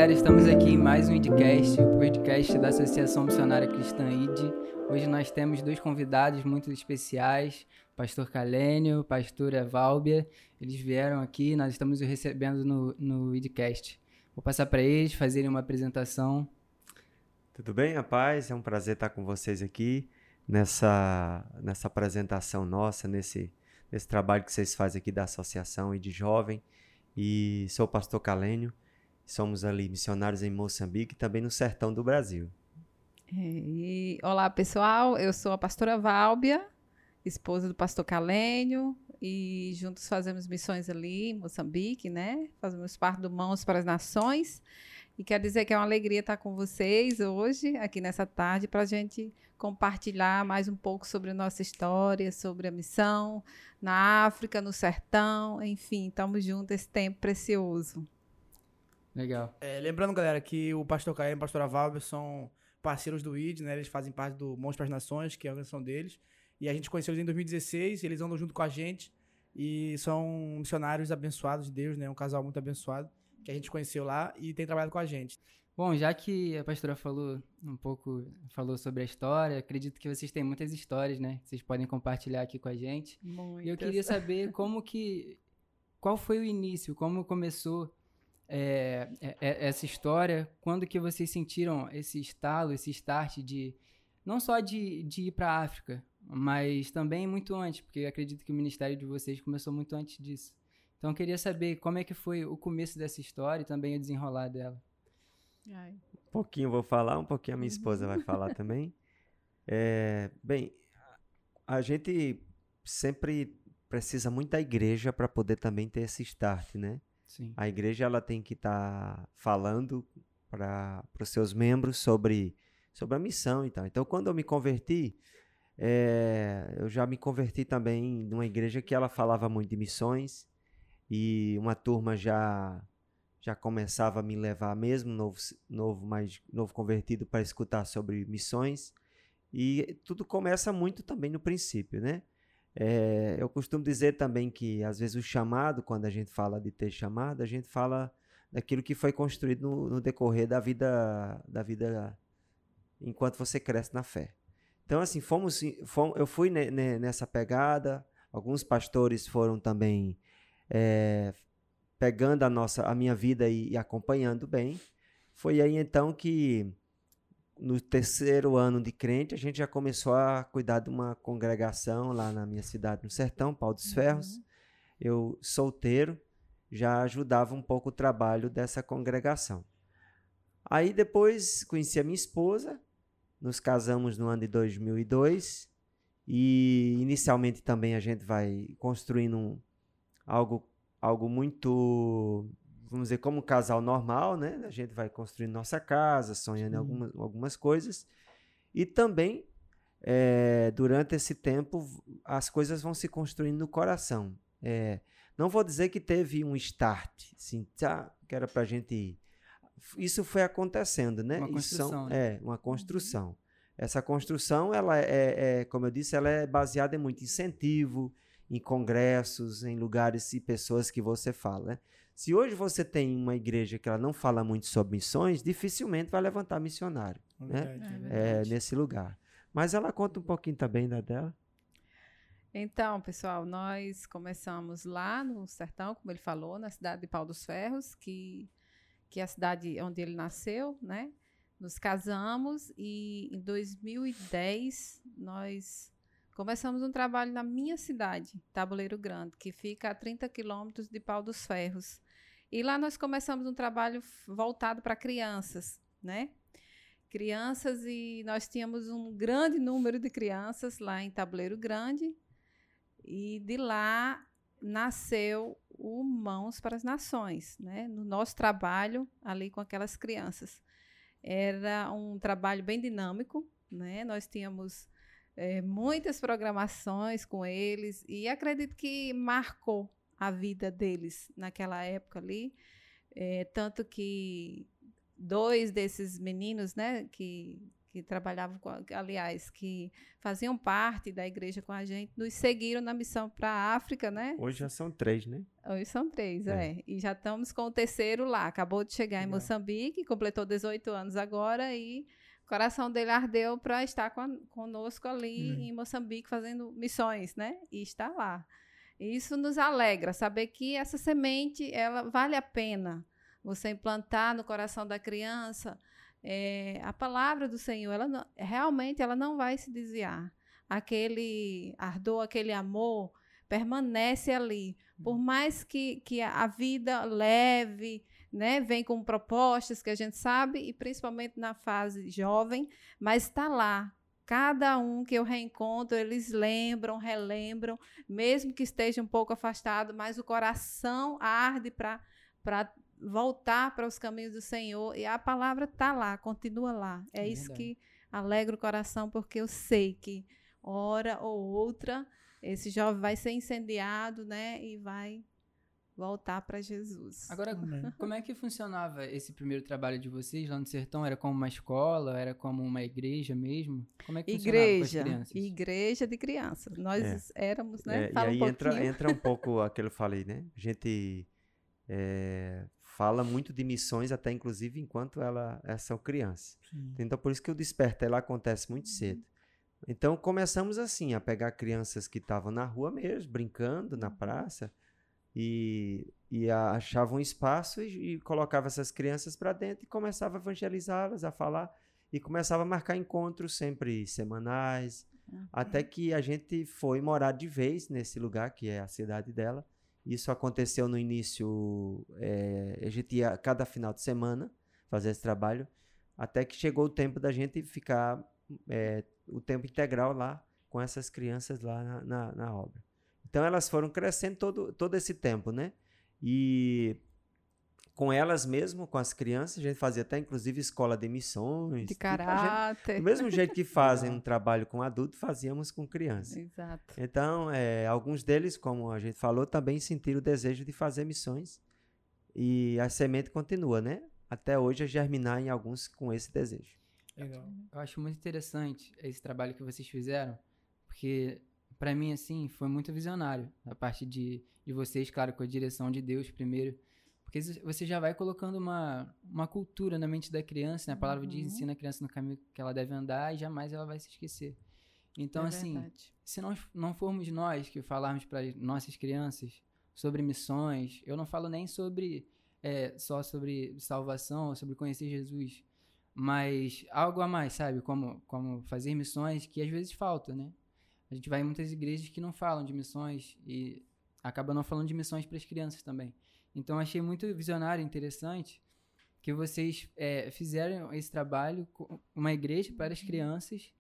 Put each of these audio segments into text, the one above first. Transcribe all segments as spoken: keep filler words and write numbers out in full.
galera, estamos aqui em mais um IDcast, o podcast da Associação Missionária Cristã I D. Hoje nós temos dois convidados muito especiais, o pastor Calênio, pastora Válbia. Eles vieram aqui, nós estamos os recebendo no, no IDcast. Vou passar para eles fazerem uma apresentação. Tudo bem, rapaz? É um prazer estar com vocês aqui nessa, nessa apresentação nossa, nesse, nesse trabalho que vocês fazem aqui da Associação I D Jovem. E sou o pastor Calênio. Somos ali missionários em Moçambique e também no sertão do Brasil. E, olá, pessoal. Eu sou a pastora Válbia, esposa do pastor Calênio, e juntos fazemos missões ali em Moçambique, né? Fazemos parte do Mãos para as Nações. E quero dizer que é uma alegria estar com vocês hoje, aqui nessa tarde, para a gente compartilhar mais um pouco sobre a nossa história, sobre a missão na África, no sertão, enfim, estamos juntos esse tempo precioso. Legal. É, lembrando, galera, que o pastor Caio e a pastora Válbia são parceiros do I D, né? Eles fazem parte do Mãos para as Nações, que é a organização deles. E a gente conheceu eles em dois mil e dezesseis, eles andam junto com a gente e são missionários abençoados de Deus, né? Um casal muito abençoado que a gente conheceu lá e tem trabalhado com a gente. Bom, já que a pastora falou um pouco, falou sobre a história, acredito que vocês têm muitas histórias, né? Vocês podem compartilhar aqui com a gente. Muitas. E eu queria saber como que, qual foi o início, como começou É, é, essa história, quando que vocês sentiram esse estalo, esse start de, não só de, de ir para a África, mas também muito antes, porque eu acredito que o ministério de vocês começou muito antes disso. Então eu queria saber como é que foi o começo dessa história e também o desenrolar dela. Ai. Um pouquinho eu vou falar, um pouquinho a minha esposa vai falar também. É, bem, a gente sempre precisa muito da igreja para poder também ter esse start, né? Sim. A igreja ela tem que estar tá falando para os seus membros sobre, sobre a missão e tal. Então, quando eu me converti, é, eu já me converti também numa igreja que ela falava muito de missões e uma turma já, já começava a me levar mesmo, novo, novo, mais, novo convertido, para escutar sobre missões. E tudo começa muito também no princípio, né? É, eu costumo dizer também que, às vezes, o chamado, quando a gente fala de ter chamado, a gente fala daquilo que foi construído no, no decorrer da vida, da vida enquanto você cresce na fé. Então, assim, fomos, fomos, eu fui ne, ne, nessa pegada, alguns pastores foram também é, pegando a, nossa, a minha vida e, e acompanhando bem. Foi aí, então, que no terceiro ano de crente, a gente já começou a cuidar de uma congregação lá na minha cidade, no sertão, Pau dos Ferros. Uhum. Eu, solteiro, já ajudava um pouco o trabalho dessa congregação. Aí depois conheci a minha esposa, nos casamos no ano de dois mil e dois e inicialmente também a gente vai construindo um, algo, algo muito... vamos dizer, como um casal normal, né? A gente vai construindo nossa casa, sonhando em algumas, algumas coisas. E também, é, durante esse tempo, as coisas vão se construindo no coração. É, não vou dizer que teve um start, assim, tá, que era pra gente ir. Isso foi acontecendo, né? Uma construção. São, né? É, uma construção. Essa construção, ela é, é, como eu disse, ela é baseada em muito incentivo, em congressos, em lugares e pessoas que você fala, né? Se hoje você tem uma igreja que ela não fala muito sobre missões, dificilmente vai levantar missionário, É né? verdade, É, nesse lugar. Mas ela conta um pouquinho também da dela. Então, pessoal, nós começamos lá no sertão, como ele falou, na cidade de Pau dos Ferros, que, que é a cidade onde ele nasceu, né? Nos casamos e em dois mil e dez nós começamos um trabalho na minha cidade, Tabuleiro Grande, que fica a trinta quilômetros de Pau dos Ferros. E lá nós começamos um trabalho voltado para crianças, né? Crianças, e nós tínhamos um grande número de crianças lá em Tabuleiro Grande. E de lá nasceu o Mãos para as Nações, né? No nosso trabalho ali com aquelas crianças. Era um trabalho bem dinâmico, né? Nós tínhamos é, muitas programações com eles e acredito que marcou a vida deles naquela época ali, é, tanto que dois desses meninos, né, que, que trabalhavam, com, a- aliás, que faziam parte da igreja com a gente, nos seguiram na missão para a África, né? Hoje já são três, né? Hoje são três, É. é. E já estamos com o terceiro lá. Acabou de chegar em Legal. Moçambique, completou dezoito anos agora e o coração dele ardeu para estar com a- conosco ali Hum. em Moçambique fazendo missões, né? E está lá. E isso nos alegra, saber que essa semente, ela vale a pena você implantar no coração da criança. É, a palavra do Senhor, ela não- realmente ela não vai se desviar. Aquele ardor, aquele amor permanece ali. Por mais que, que a a vida leve, né, vem com propostas que a gente sabe, e principalmente na fase jovem, mas está lá. Cada um que eu reencontro, eles lembram, relembram, mesmo que esteja um pouco afastado, mas o coração arde para voltar para os caminhos do Senhor. E a palavra está lá, continua lá. É, É isso verdade. que alegra o coração, porque eu sei que, hora ou outra, esse jovem vai ser incendiado, né, e vai voltar para Jesus. Agora, Amém. como é que funcionava esse primeiro trabalho de vocês lá no sertão? Era como uma escola? Era como uma igreja mesmo? Como é que funcionava com as Igreja, crianças? igreja de crianças. Nós éramos, né? É, e Fala aí um entra, pouquinho. entra um pouco aquilo que eu falei, né? A gente é, fala muito de missões, até inclusive enquanto ela, elas são crianças. Sim. Então, por isso que o despertar ela acontece muito cedo. Então, começamos assim, a pegar crianças que estavam na rua mesmo, brincando na praça, e, e a- achavam um espaço e, e colocava essas crianças para dentro e começava a evangelizá-las, a falar, e começava a marcar encontros sempre semanais, até que a gente foi morar de vez nesse lugar, que é a cidade dela. Isso aconteceu no início, eh, a gente ia cada final de semana fazer esse trabalho, até que chegou o tempo da gente ficar eh, o tempo integral lá com essas crianças lá na, na, na obra. Então elas foram crescendo todo, todo esse tempo, né? E com elas mesmo, com as crianças, a gente fazia até inclusive escola de missões. De tipo, a gente- caráter. do mesmo jeito que fazem Legal. um trabalho com adulto, fazíamos com criança. Exato. Então, é, alguns deles, como a gente falou, também sentiram o desejo de fazer missões. E a semente continua, né? Até hoje a germinar em alguns com esse desejo. Legal. Eu acho muito interessante esse trabalho que vocês fizeram, porque para mim, assim, foi muito visionário a parte de, de vocês, claro, com a direção de Deus primeiro, porque isso- você já vai colocando uma, uma cultura na mente da criança, né? A palavra diz, Uhum. ensina a criança no caminho que ela deve andar e jamais ela vai se esquecer. Então, É assim, verdade. se nós não formos nós que falarmos para nossas crianças sobre missões, eu não falo nem sobre é, só sobre salvação, sobre conhecer Jesus, mas algo a mais, sabe? Como, como fazer missões que às vezes falta, né? A gente vai em muitas igrejas que não falam de missões e acaba não falando de missões para as crianças também. Então, achei muito visionário e interessante que vocês é, fizeram esse trabalho com uma igreja para as crianças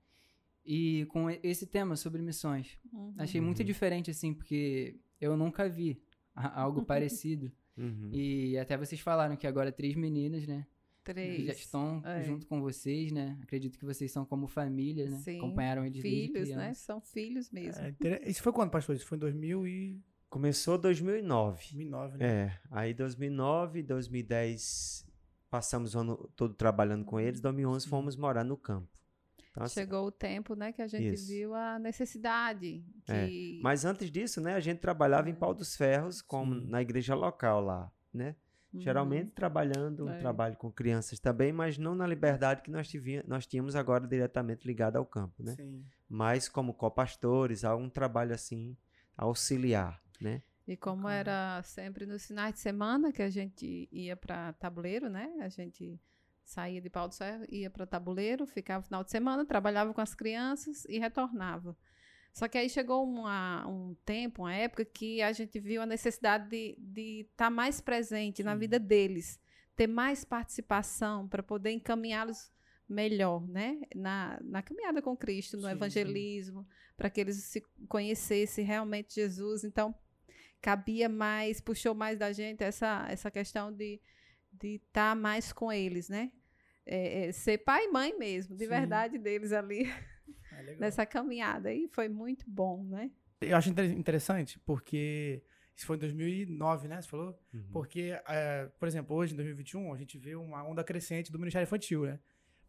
e com e- esse tema sobre missões. Uhum. Achei muito Uhum. diferente, assim, porque eu nunca vi a- algo parecido. Uhum. E até vocês falaram que agora três meninas, né? Três. Já estão É. junto com vocês, né? Acredito que vocês são como família, né? Sim, Acompanharam eles desde filhos, né? criança. São filhos mesmo. É, inter- Isso foi quando, pastor? Isso foi em dois mil e Começou em dois mil e nove. nove, né? É, aí dois mil e nove, dois mil e dez passamos o ano todo trabalhando com eles, dois mil e onze Sim. fomos morar no campo. Então, assim, Chegou o tempo, né, que a gente Isso. viu a necessidade. Que... mas antes disso, né, a gente trabalhava em Pau dos Ferros, como Sim. na igreja local lá, né? Uhum. Geralmente trabalhando um É. trabalho com crianças também, mas não na liberdade que nós, tivi- nós tínhamos agora diretamente ligado ao campo, né? Sim. Mas como copastores, há um trabalho assim auxiliar, né? E como Bacana. era sempre nos finais de semana que a gente ia para Tabuleiro, né? A gente saía de Pau do Ferro, ia para Tabuleiro, ficava no final de semana, trabalhava com as crianças e retornava. Só que aí chegou uma, um tempo, uma época que a gente viu a necessidade de estar mais presente na Sim. vida deles, ter mais participação para poder encaminhá-los melhor, né? Na, na caminhada com Cristo, no Sim, sim. evangelismo, para que eles se conhecessem realmente Jesus. Então, cabia mais, puxou mais da gente essa, essa questão de de estar mais com eles, né? É, é, ser pai e mãe mesmo, de Sim. verdade deles ali É legal. nessa caminhada. E foi muito bom, né? Eu acho inter- interessante porque isso foi em dois mil e nove, né? Você falou? Uhum. Porque, é, por exemplo, hoje, em dois mil e vinte e um, a gente vê uma onda crescente do Ministério Infantil, né?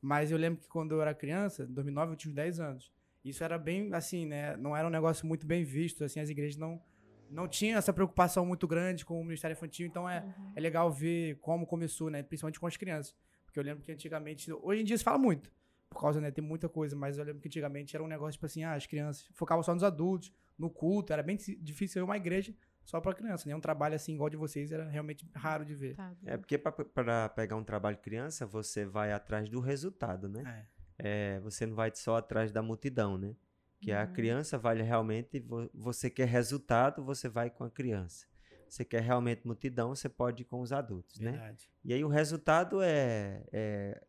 Mas eu lembro que quando eu era criança, em dois mil e nove, eu tinha uns dez anos. Isso era bem, assim, né? Não era um negócio muito bem visto, assim, as igrejas não, não tinham essa preocupação muito grande com o Ministério Infantil, então é, Uhum. é legal ver como começou, né? Principalmente com as crianças. Porque eu lembro que antigamente, hoje em dia se fala muito, por causa, né, tem muita coisa, mas eu lembro que antigamente era um negócio, tipo assim, ah, as crianças focavam só nos adultos, no culto, era bem difícil ver uma igreja só para criança, né? Um trabalho assim, igual de vocês, era realmente raro de ver. Tá, É porque para pegar um trabalho de criança, você vai atrás do resultado, né? É. É, você não vai só atrás da multidão, né? Que a Uhum. criança vale realmente, vo- você quer resultado, você vai com a criança. Você quer realmente multidão, você pode ir com os adultos, né? Verdade. E aí o resultado é, é,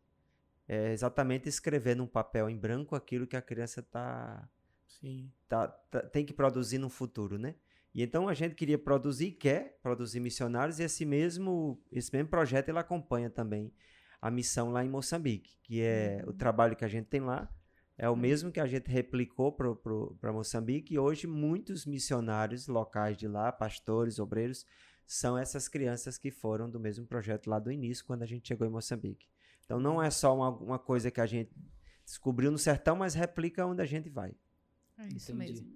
é exatamente escrever num papel em branco aquilo que a criança tá, Sim. tá, tá- tem que produzir no futuro, né? E então a gente queria produzir, quer produzir missionários, e esse mesmo, esse mesmo projeto ele acompanha também a missão lá em Moçambique, que é Uhum. o trabalho que a gente tem lá, é o mesmo que a gente replicou para Moçambique, e hoje muitos missionários locais de lá, pastores, obreiros, são essas crianças que foram do mesmo projeto lá do início, quando a gente chegou em Moçambique. Então não é só uma, uma coisa que a gente descobriu no sertão, mas replica onde a gente vai. É isso Entendi. mesmo.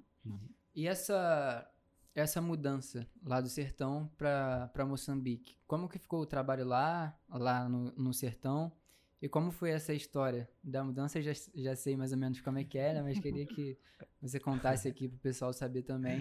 E essa, essa mudança lá do sertão para Moçambique, como que ficou o trabalho lá, lá no, no sertão? E como foi essa história da mudança? Eu já, já sei mais ou menos como é que era, mas queria que você contasse aqui para o pessoal saber também.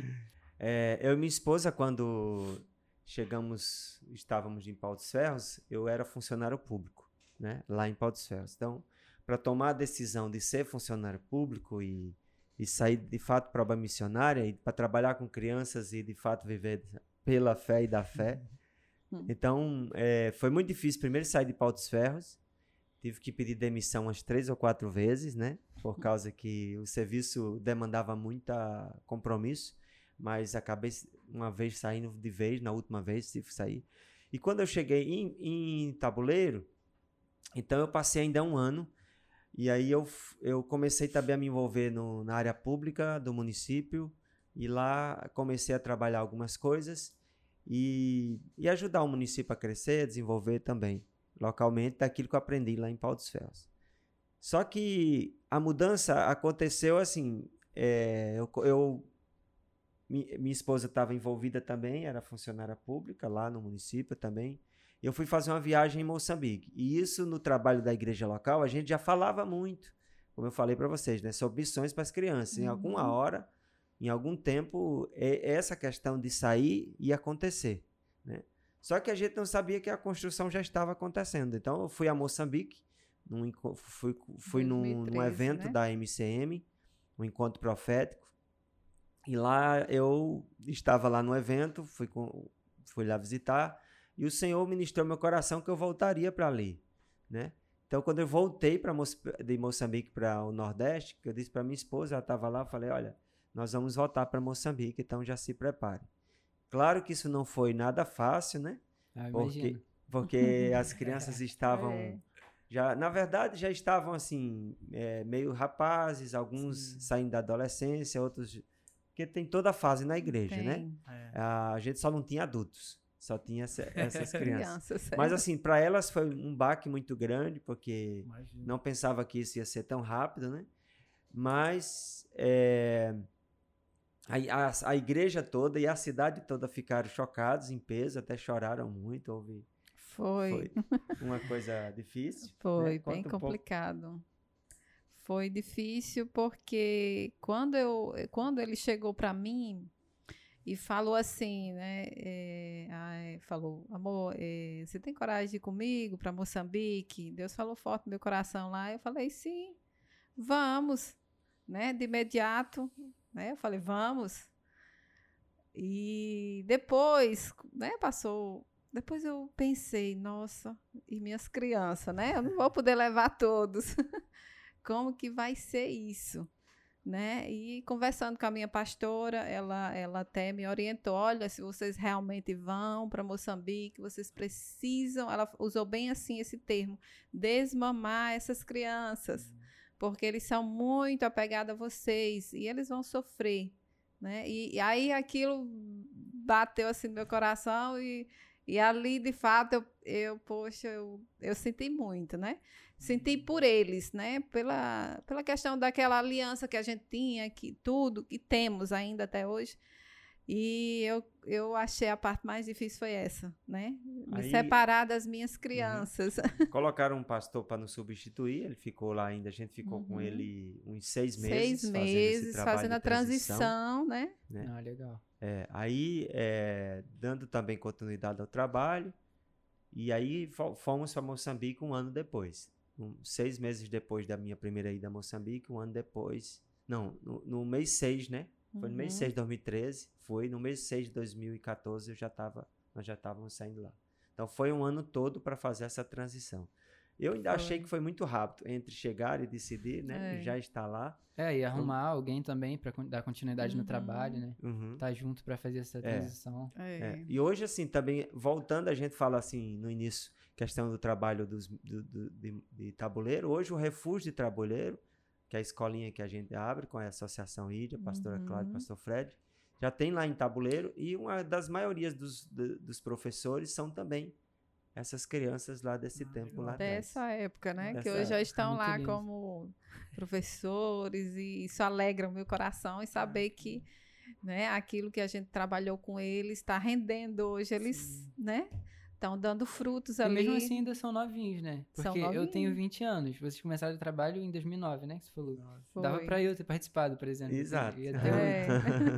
É, eu e minha esposa, quando chegamos, estávamos em Pau dos Ferros, eu era funcionário público, né, lá em Pau dos Ferros. Então, para tomar a decisão de ser funcionário público e, e sair de fato para a obra missionária e para trabalhar com crianças e de fato viver pela fé e da fé, Uhum. então é, foi muito difícil primeiro sair de Pau dos Ferros. Tive que pedir demissão umas três ou quatro vezes, né? Por causa que o serviço demandava muito compromisso, mas acabei uma vez saindo de vez, na última vez tive que sair. E quando eu cheguei em, em Tabuleiro, então eu passei ainda um ano, e aí eu, eu comecei também a me envolver no, na área pública do município, e lá comecei a trabalhar algumas coisas e, e ajudar o município a crescer, a desenvolver também localmente daquilo que eu aprendi lá em Pau dos Ferros. Só que a mudança aconteceu assim, é, eu, eu, minha esposa estava envolvida também, era funcionária pública lá no município também, eu fui fazer uma viagem em Moçambique, e isso no trabalho da igreja local, a gente já falava muito, como eu falei para vocês, né, sobre missões para as crianças. Em Uhum. alguma hora, em algum tempo, é, essa questão de sair ia acontecer, né? Só que a gente não sabia que a construção já estava acontecendo. Então, eu fui a Moçambique, num, fui, fui num, dois mil e treze, num evento, né? da M C M, um encontro profético. E lá eu estava lá no evento, fui, com, fui lá visitar, e o Senhor ministrou meu coração que eu voltaria para ali, né? Então, quando eu voltei pra Mo de Moçambique para o Nordeste, que eu disse para minha esposa, ela estava lá, eu falei, olha, nós vamos voltar para Moçambique, então já se prepare. Claro que isso não foi nada fácil, né? Ah, Porque, imagino. porque as crianças estavam... É. Já, na verdade, já estavam assim, é, meio rapazes, alguns Sim. saindo da adolescência, outros... Porque tem toda a fase na igreja, né? Tem É. A gente só não tinha adultos, só tinha essa- essas crianças. crianças. Mas é. assim, para elas foi um baque muito grande, porque Imagina. não pensava que isso ia ser tão rápido, né? Mas é, a, a, a igreja toda e a cidade toda ficaram chocados, em peso, até choraram muito, houve... Foi. Foi uma coisa difícil. Foi né? Conta bem um pouco. complicado. Foi difícil porque quando, eu, quando ele chegou para mim e falou assim, né? é, ai, falou, amor, é, você tem coragem de ir comigo para Moçambique? Deus falou forte no meu coração lá. Eu falei, sim, vamos, né? De imediato, né? Eu falei, vamos. E depois, né? Passou. Depois eu pensei, nossa, e minhas crianças, né? Eu não vou poder levar todos. Como que vai ser isso? Né? E conversando com a minha pastora, ela, ela até me orientou, olha, se vocês realmente vão para Moçambique, vocês precisam, ela usou bem assim esse termo, desmamar essas crianças, porque eles são muito apegados a vocês e eles vão sofrer. Né? E, e aí aquilo bateu assim no meu coração e E ali, de fato, eu, eu poxa, eu, eu senti muito, né? Senti por eles, né? Pela, pela questão daquela aliança que a gente tinha, que tudo, que temos ainda até hoje. E eu, eu achei a parte mais difícil foi essa, né? Me Aí- separar das minhas crianças. Colocaram um pastor para nos substituir, ele ficou lá ainda, a gente ficou com Uhum. ele uns seis meses. Seis fazendo esse meses, trabalho fazendo de a transição, né? né? Ah, legal. É, aí, é, dando também continuidade ao trabalho, e aí fo- fomos para Moçambique um ano depois. Um- seis meses depois da minha primeira ida a Moçambique, um ano depois. Não, no, no mês seis, né? Foi no mês Uhum. seis de dois mil e treze. Foi no mês seis de dois mil e quatorze, eu já tava, nós já estávamos saindo lá. Então foi um ano todo para fazer essa transição. Eu ainda Foi. achei que foi muito rápido entre chegar e decidir, né? É. E já estar lá. É, e arrumar alguém também pra con- dar continuidade no Uhum. trabalho, né? Uhum. Tá junto pra fazer essa transição. É. É, e hoje, assim, também, voltando, a gente fala assim, no início, questão do trabalho dos, do, do- de, de tabuleiro. Hoje, o Refúgio de Tabuleiro, que é a escolinha que a gente abre com a Associação Ídia, pastora Uhum. Cláudia, pastor Fred, já tem lá em Tabuleiro, e uma das maiorias dos, do- dos professores são também essas crianças lá desse Ah, tempo legal. lá atrás. Dessa época, né? Dessa que hoje já época. estão Muito lá lindo. como professores e isso alegra o meu coração e saber que, né, aquilo que a gente trabalhou com eles está rendendo hoje, eles, Sim. né, estão dando frutos E ali. mesmo assim ainda são novinhos, né? São Porque eu tenho novinhos. vinte anos. Vocês começaram o trabalho em dois mil e nove, né? Que você falou. Foi. Dava pra eu ter participado, por exemplo. Exato. Ia ter É.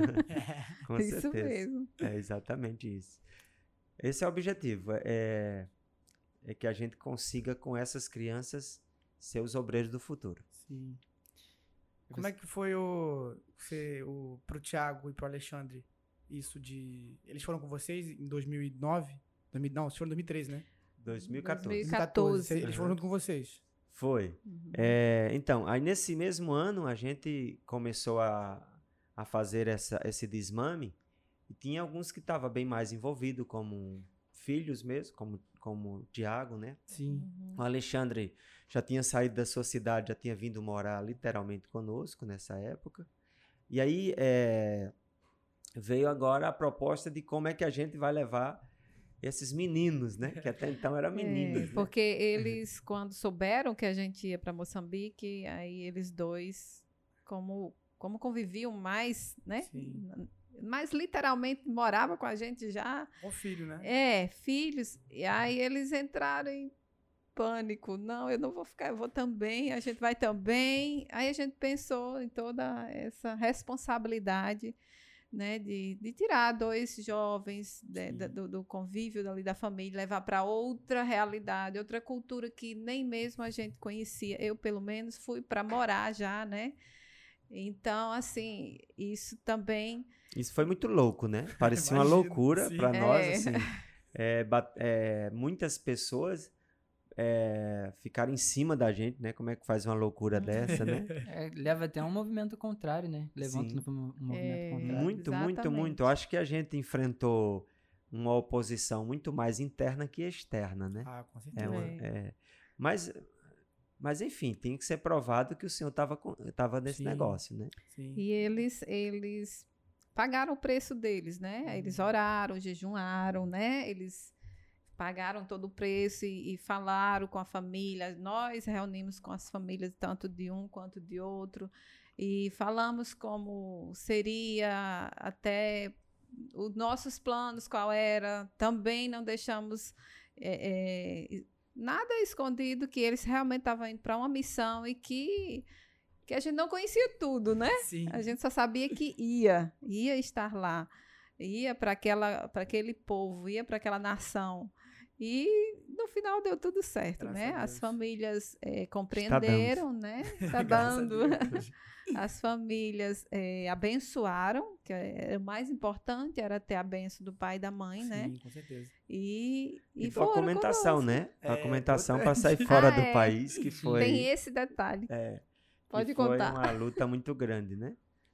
Com Isso certeza. mesmo. É exatamente isso. Esse é o objetivo, é, é que a gente consiga com essas crianças ser os obreiros do futuro. Sim. Como é que foi o, você, o pro Thiago e pro Alexandre isso de... Eles foram com vocês em dois mil e nove? dois mil, não, vocês foram em dois mil e treze, né? dois mil e quatorze. dois mil e quatorze. Eles foram Uhum. junto com vocês. Foi. Uhum. É, então, aí nesse mesmo ano a gente começou a, a fazer essa, esse desmame e tinha alguns que estavam bem mais envolvidos, como filhos mesmo, como, como o Tiago, né? Sim. Uhum. O Alexandre já tinha saído da sua cidade, já tinha vindo morar literalmente conosco nessa época. E aí é, veio agora a proposta de como é que a gente vai levar esses meninos, né? Que até então eram meninos. É, né? porque eles, quando souberam que a gente ia para Moçambique, aí eles dois, como, como conviviam mais, né? Sim. Mas literalmente morava com a gente já. O filho, né? É, filhos. E aí eles entraram em pânico. Não, eu não vou ficar, eu vou também, a gente vai também. Aí a gente pensou em toda essa responsabilidade, né, de, de tirar dois jovens de- da- do, do convívio dali da família, levar para outra realidade, outra cultura que nem mesmo a gente conhecia. Eu, pelo menos, fui para morar já, né? Então, assim, isso também... Isso foi muito louco, né? Parecia uma Imagino, loucura sim. para É. nós, assim. É, bat- é, muitas pessoas é, ficaram em cima da gente, né? Como é que faz uma loucura dessa, né? É, leva até um movimento contrário, né? Levanta Sim. um um movimento É. contrário. Muito, muito, Exatamente. muito. Eu acho que a gente enfrentou uma oposição muito mais interna que externa, né? Ah, com É certeza. uma- É. é. Mas, mas, enfim, tem que ser provado que o senhor estava nesse Sim. negócio, né? Sim. E eles, eles pagaram o preço deles, né? Eles oraram, jejuaram, né? Eles pagaram todo o preço e, e falaram com a família. Nós reunimos com as famílias, tanto de um quanto de outro, e falamos como seria até os nossos planos, qual era. Também não deixamos é, é, nada escondido, que eles realmente estavam indo para uma missão e que, que a gente não conhecia tudo, né? Sim. A gente só sabia que ia, ia estar lá, ia para aquela, para aquele povo, ia para aquela nação. E no final deu tudo certo, Graças né? a As Deus. famílias eh, compreenderam, né? Está Graças a dando. Deus. As famílias eh, abençoaram, que era o mais importante, era ter a benção do pai e da mãe, né? Sim, com certeza. E, e, E foram documentação, conosco. né? É, Documentação para importante. sair fora Ah, do é. país, que foi... Tem esse detalhe. É, Pode que foi contar. uma luta muito grande, né?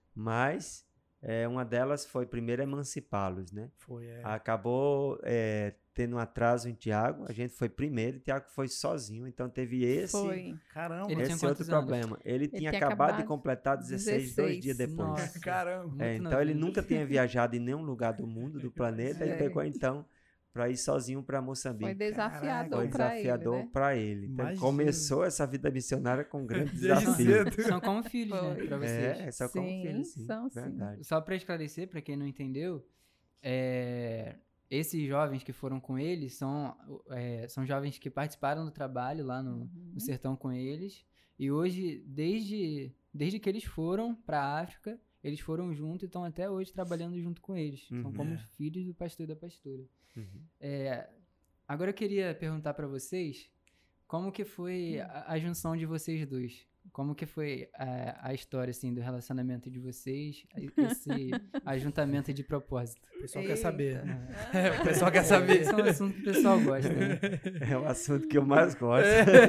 Mas é, uma delas foi primeiro emancipá-los, né? Foi, é. Acabou é, tendo um atraso em Tiago, a gente foi primeiro, Tiago foi sozinho, então teve esse, Foi. Caramba. Ele tinha esse outro quantos anos? problema. Ele, tinha tinha acabado, de acabado completar dezesseis, dois dias dezesseis. depois. Nossa. Caramba. Muito É, então ele novinho. nunca tinha viajado em nenhum lugar do mundo, do planeta, É. e pegou então para ir sozinho para Moçambique. Foi desafiador Foi para desafiador ele, né? para ele. Então, Imagino. começou essa vida missionária com um grande Desde desafio. cedo. São como filhos, né, Foi. pra vocês. É, só como Sim, filho, sim. são sim. Verdade. Só para esclarecer, para quem não entendeu, é, esses jovens que foram com eles são, é, são jovens que participaram do trabalho lá no, Uhum. no sertão com eles. E hoje, desde, desde que eles foram para a África, eles foram juntos e estão até hoje trabalhando junto com eles. São Uhum. como É. filhos do pastor e da pastora. Uhum. É, agora eu queria perguntar para vocês como que foi a, a junção de vocês dois. Como que foi a, a história, assim, do relacionamento de vocês, esse ajuntamento de propósito? O pessoal Eita. quer saber. É, o pessoal quer saber. Esse é um assunto que o pessoal gosta, né? É o assunto que eu mais gosto.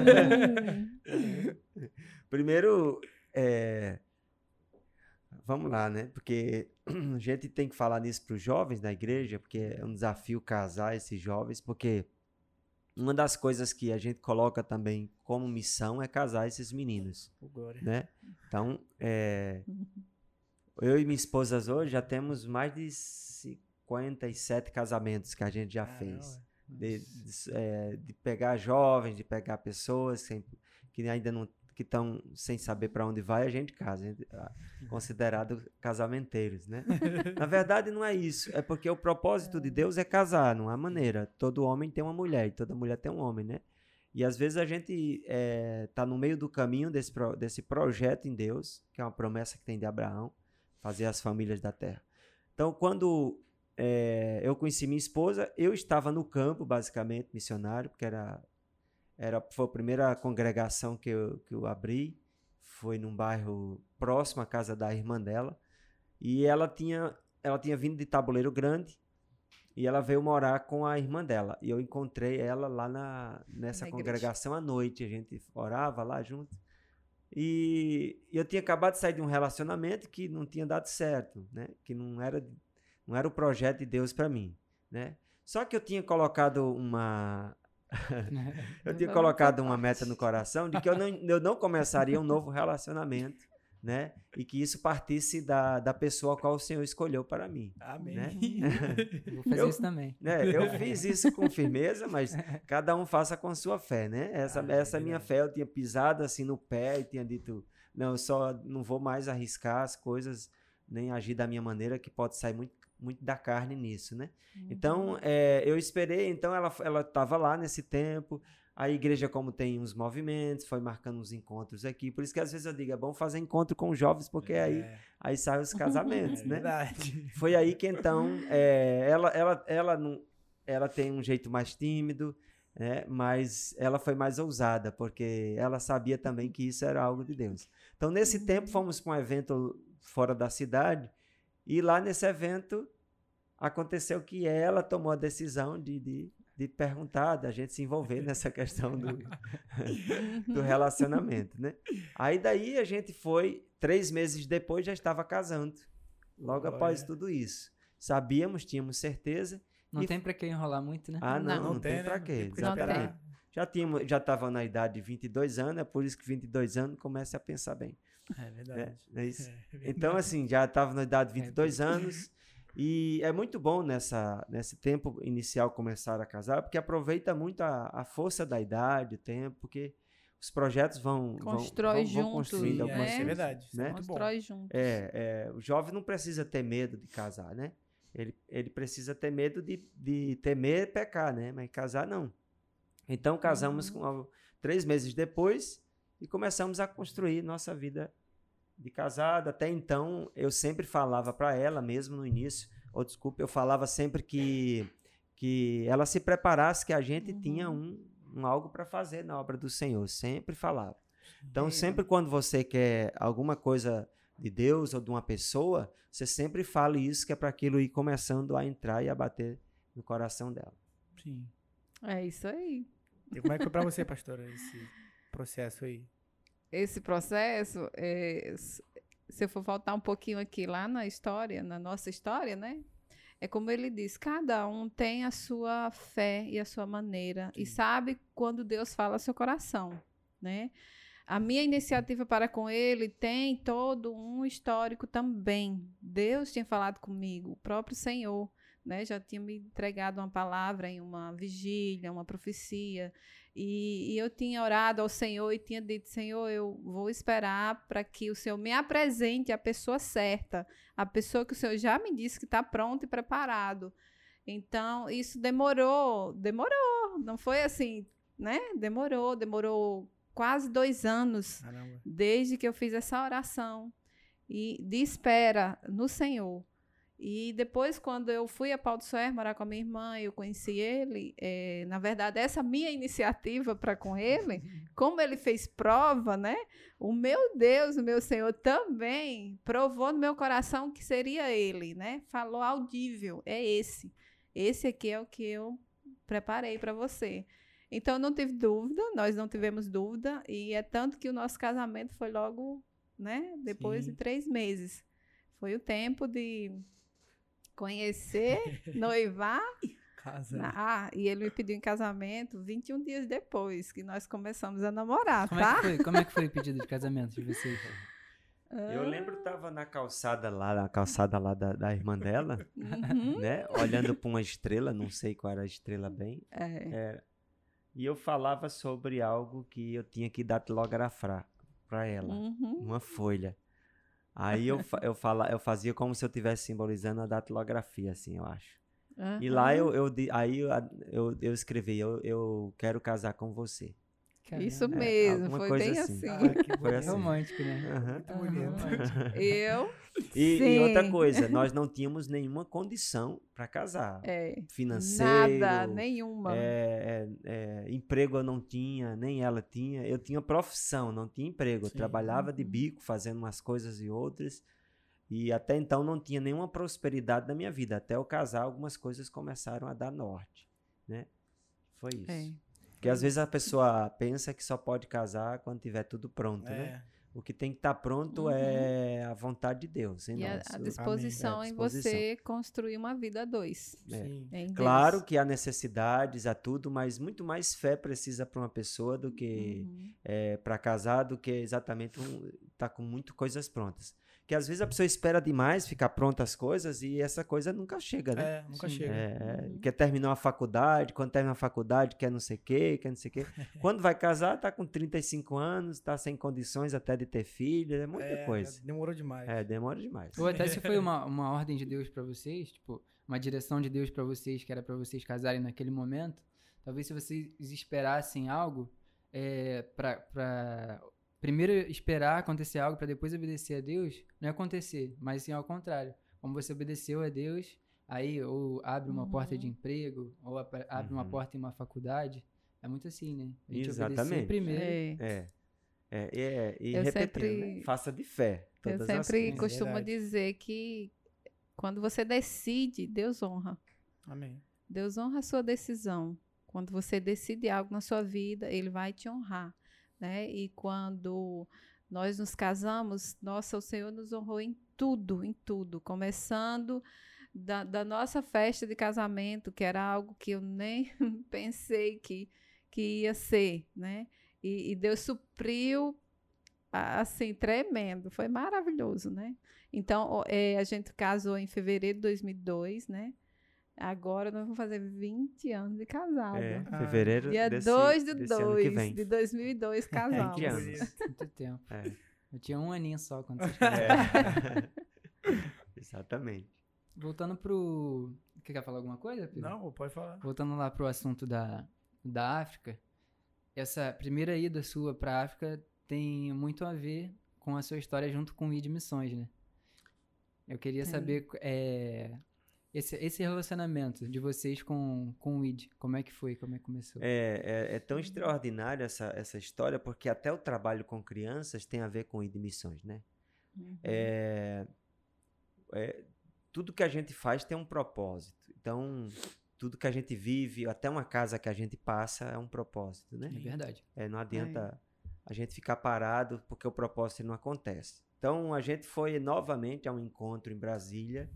Primeiro, é, vamos lá, né? Porque a gente tem que falar nisso para os jovens da igreja, porque é um desafio casar esses jovens, porque uma das coisas que a gente coloca também como missão é casar esses meninos, Ô, glória. né? Então, é, eu e minha esposa hoje já temos mais de cinquenta e sete casamentos que a gente já fez. Caramba. De, de, é, de pegar jovens, de pegar pessoas sem, que ainda não que estão sem saber para onde vai, a gente casa, a gente, ah, considerado casamenteiros, né? Na verdade não é isso, é porque o propósito de Deus é casar, não há maneira. Todo homem tem uma mulher e toda mulher tem um homem, né? E às vezes a gente é, tá no meio do caminho desse, pro, desse projeto em Deus, que é uma promessa que tem de Abraão, fazer as famílias da terra. Então, quando é, eu conheci minha esposa, eu estava no campo, basicamente, missionário, porque era, era, foi a primeira congregação que eu, que eu abri, foi num bairro próximo à casa da irmã dela, e ela tinha, ela tinha vindo de Tabuleiro Grande, e ela veio morar com a irmã dela, e eu encontrei ela lá na, nessa Na congregação à noite, a gente orava lá junto, e eu tinha acabado de sair de um relacionamento que não tinha dado certo, né? Que não era, não era o projeto de Deus para mim, né? Só que eu tinha colocado uma eu tinha Vamos colocado por uma meta partes. no coração de que eu não, eu não começaria um novo relacionamento, né? E que isso partisse da, da pessoa a qual o Senhor escolheu para mim. Amém. Né? Vou fazer Eu- isso também. Né? Eu fiz isso com firmeza, mas cada um faça com a sua fé, né? Essa, Ah, é essa minha verdade. fé, eu tinha pisado assim no pé e tinha dito, não, eu só não vou mais arriscar as coisas, nem agir da minha maneira, que pode sair muito, muito da carne nisso, né? Então, é, eu esperei, então ela ela estava lá nesse tempo, a igreja, como tem uns movimentos, foi marcando uns encontros aqui, por isso que às vezes eu digo, é bom fazer encontro com os jovens, porque aí, É, aí saem os casamentos, é né? verdade. Foi aí que então é, ela, ela, ela, não, ela tem um jeito mais tímido, né, mas ela foi mais ousada, porque ela sabia também que isso era algo de Deus. Então, nesse tempo, fomos para um evento fora da cidade, e lá nesse evento aconteceu que ela tomou a decisão de, de, de perguntar, da gente se envolver nessa questão do, do relacionamento, né? Aí daí a gente foi, três meses depois já estava casando, logo Glória. após tudo isso. Sabíamos, tínhamos certeza. Não E- tem pra que enrolar muito, né? Ah, não, Não. não, Não tem, tem, pra né? quê? Não tem Não Exatamente. tem. Já tínhamos, já estava na idade de vinte e dois anos, é por isso que vinte e dois anos comece a pensar bem. É Né? verdade. Não é isso? É verdade. Então, assim, já estava na idade de vinte e dois anos e é muito bom nessa, nesse tempo inicial começar a casar, porque aproveita muito a, a força da idade, o tempo, porque os projetos vão, vão, Constrói vão, vão juntos, construindo Sim, algumas né? é, coisas, verdade. Isso é né? muito bom. Constrói juntos. É, é, o jovem não precisa ter medo de casar, né? Ele, ele precisa ter medo de, de temer pecar, né? Mas casar não. Então casamos Uhum. com, três meses depois e começamos a construir nossa vida de casado. Até então eu sempre falava para ela, mesmo no início, ou desculpa, eu falava sempre que, que ela se preparasse, que a gente Uhum. tinha um, um algo para fazer na obra do Senhor. Sempre falava. Então, É. sempre quando você quer alguma coisa de Deus ou de uma pessoa, você sempre fala isso, que é para aquilo ir começando a entrar e a bater no coração dela. Sim. É isso aí. E como é que foi pra você, pastora, esse processo aí? Esse processo, é, s- se eu for voltar um pouquinho aqui lá na história, na nossa história, né? É como ele diz, cada um tem a sua fé e a sua maneira e Sim. sabe quando Deus fala ao seu coração, né? A minha iniciativa para com ele tem todo um histórico também. Deus tinha falado comigo, o próprio Senhor, né? Já tinha me entregado uma palavra em uma vigília, uma profecia. E, e eu tinha orado ao Senhor e tinha dito, Senhor, eu vou esperar para que o Senhor me apresente a pessoa certa, a pessoa que o Senhor já me disse que está pronto e preparado. Então, isso demorou, demorou, não foi assim, né? Demorou, demorou quase dois anos. Caramba. Desde que eu fiz essa oração e de espera no Senhor. E depois, quando eu fui a Pau dos Ferros morar com a minha irmã, eu conheci ele, é, na verdade, essa minha iniciativa para com ele, como ele fez prova, né? O meu Deus, o meu Senhor também provou no meu coração que seria ele, né? Falou audível, é esse. Esse aqui é o que eu preparei para você. Então, não tive dúvida, nós não tivemos dúvida, e é tanto que o nosso casamento foi logo, né? Depois Sim. de três meses. Foi o tempo de conhecer, noivar. Casa. Ah, e ele me pediu em casamento vinte e um dias depois que nós começamos a namorar, Como tá? é que foi? Como é que foi o pedido de casamento de vocês? Eu lembro que tava na calçada lá, na calçada lá da, da irmã dela, Uhum. né? Olhando para uma estrela, não sei qual era a estrela bem. É. É, e eu falava sobre algo que eu tinha que datilografar para ela, Uhum. uma folha. Aí eu, fa- eu, fala, eu fazia como se eu estivesse simbolizando a datilografia, assim, eu acho. E lá Aham. eu, eu, di- aí eu, eu, eu escrevi, eu, eu quero casar com você. Caramba. Isso É, mesmo, alguma foi coisa bem assim. assim. Ah, que Foi bonito. assim. Romântico, né? Aham. Muito bonito. Romântico. Eu? E, Sim. e outra coisa, nós não tínhamos nenhuma condição para casar. É. Financeiro, Nada, nenhuma. é, é, é, emprego eu não tinha, nem ela tinha. Eu tinha profissão, não tinha emprego. Eu Sim. trabalhava de Uhum. bico, fazendo umas coisas e outras. E até então não tinha nenhuma prosperidade na minha vida. Até eu casar, algumas coisas começaram a dar norte, né? Foi isso. É. Porque às vezes a pessoa pensa que só pode casar quando tiver tudo pronto, né? É. O que tem que estar pronto Uhum. é a vontade de Deus em E a, nós. a O- disposição É, em disposição. você construir uma vida a dois. É. Sim. Em Deus. Claro que há necessidades, há tudo, mas muito mais fé precisa para uma pessoa do que Uhum. para casar, do que exatamente um, tá com muito coisas prontas. Porque às vezes a pessoa espera demais ficar pronta as coisas e essa coisa nunca chega, né? É, nunca Sim. chega. É, Uhum. quer terminar a faculdade, quando termina a faculdade quer não sei o quê, quer não sei o quê. Quando vai casar, tá com trinta e cinco anos, tá sem condições até de ter filho, é muita É, coisa. demorou demais. É, demora demais. Ou até se foi uma, uma ordem de Deus pra vocês, tipo, uma direção de Deus pra vocês, que era pra vocês casarem naquele momento, talvez se vocês esperassem algo, é, pra, pra primeiro esperar acontecer algo pra depois obedecer a Deus, não ia acontecer, mas sim ao contrário. Como você obedeceu a Deus, aí ou abre uma Uhum. porta de emprego, ou ap- abre uma Uhum. porta em uma faculdade, é muito assim, né? A gente Exatamente. obedecer primeiro. É. É. É, é, e Eu repetindo, sempre- né? Faça de fé. Eu Todas as sempre coisas. costumo verdade. dizer que quando você decide, Deus honra. Amém. Deus honra a sua decisão. Quando você decide algo na sua vida, Ele vai te honrar, né? E quando nós nos casamos, nossa, o Senhor nos honrou em tudo, em tudo. Começando da, da nossa festa de casamento, que era algo que eu nem pensei que, que ia ser, né? E, e Deus supriu, a- assim, tremendo. Foi maravilhoso, né? Então, ó, é, a gente casou em fevereiro de dois mil e dois, né? Agora nós vamos fazer vinte anos de casado. É, Ah. fevereiro Dia desse, dois de desse ano que dois vem. de dois mil e dois casamos. que anos? Muito tempo. É. Eu tinha um aninho só quando vocês casaram. É. Exatamente. Voltando pro... Você quer falar alguma coisa, Pedro? Não, pode falar. Voltando lá pro assunto da, da África, essa primeira ida sua pra África tem muito a ver com a sua história junto com o I D Missões, né? Eu queria Tem. saber é, esse, esse relacionamento de vocês com, com o I D, como é que foi, como é que começou? É, é, é tão extraordinária essa, essa história, porque até o trabalho com crianças tem a ver com I D Missões, né? Uhum. É, é, tudo que a gente faz tem um propósito. Então, tudo que a gente vive, até uma casa que a gente passa, é um propósito, né? É verdade. É, não adianta a gente ficar parado porque o propósito não acontece. Então, a gente foi novamente a um encontro em Brasília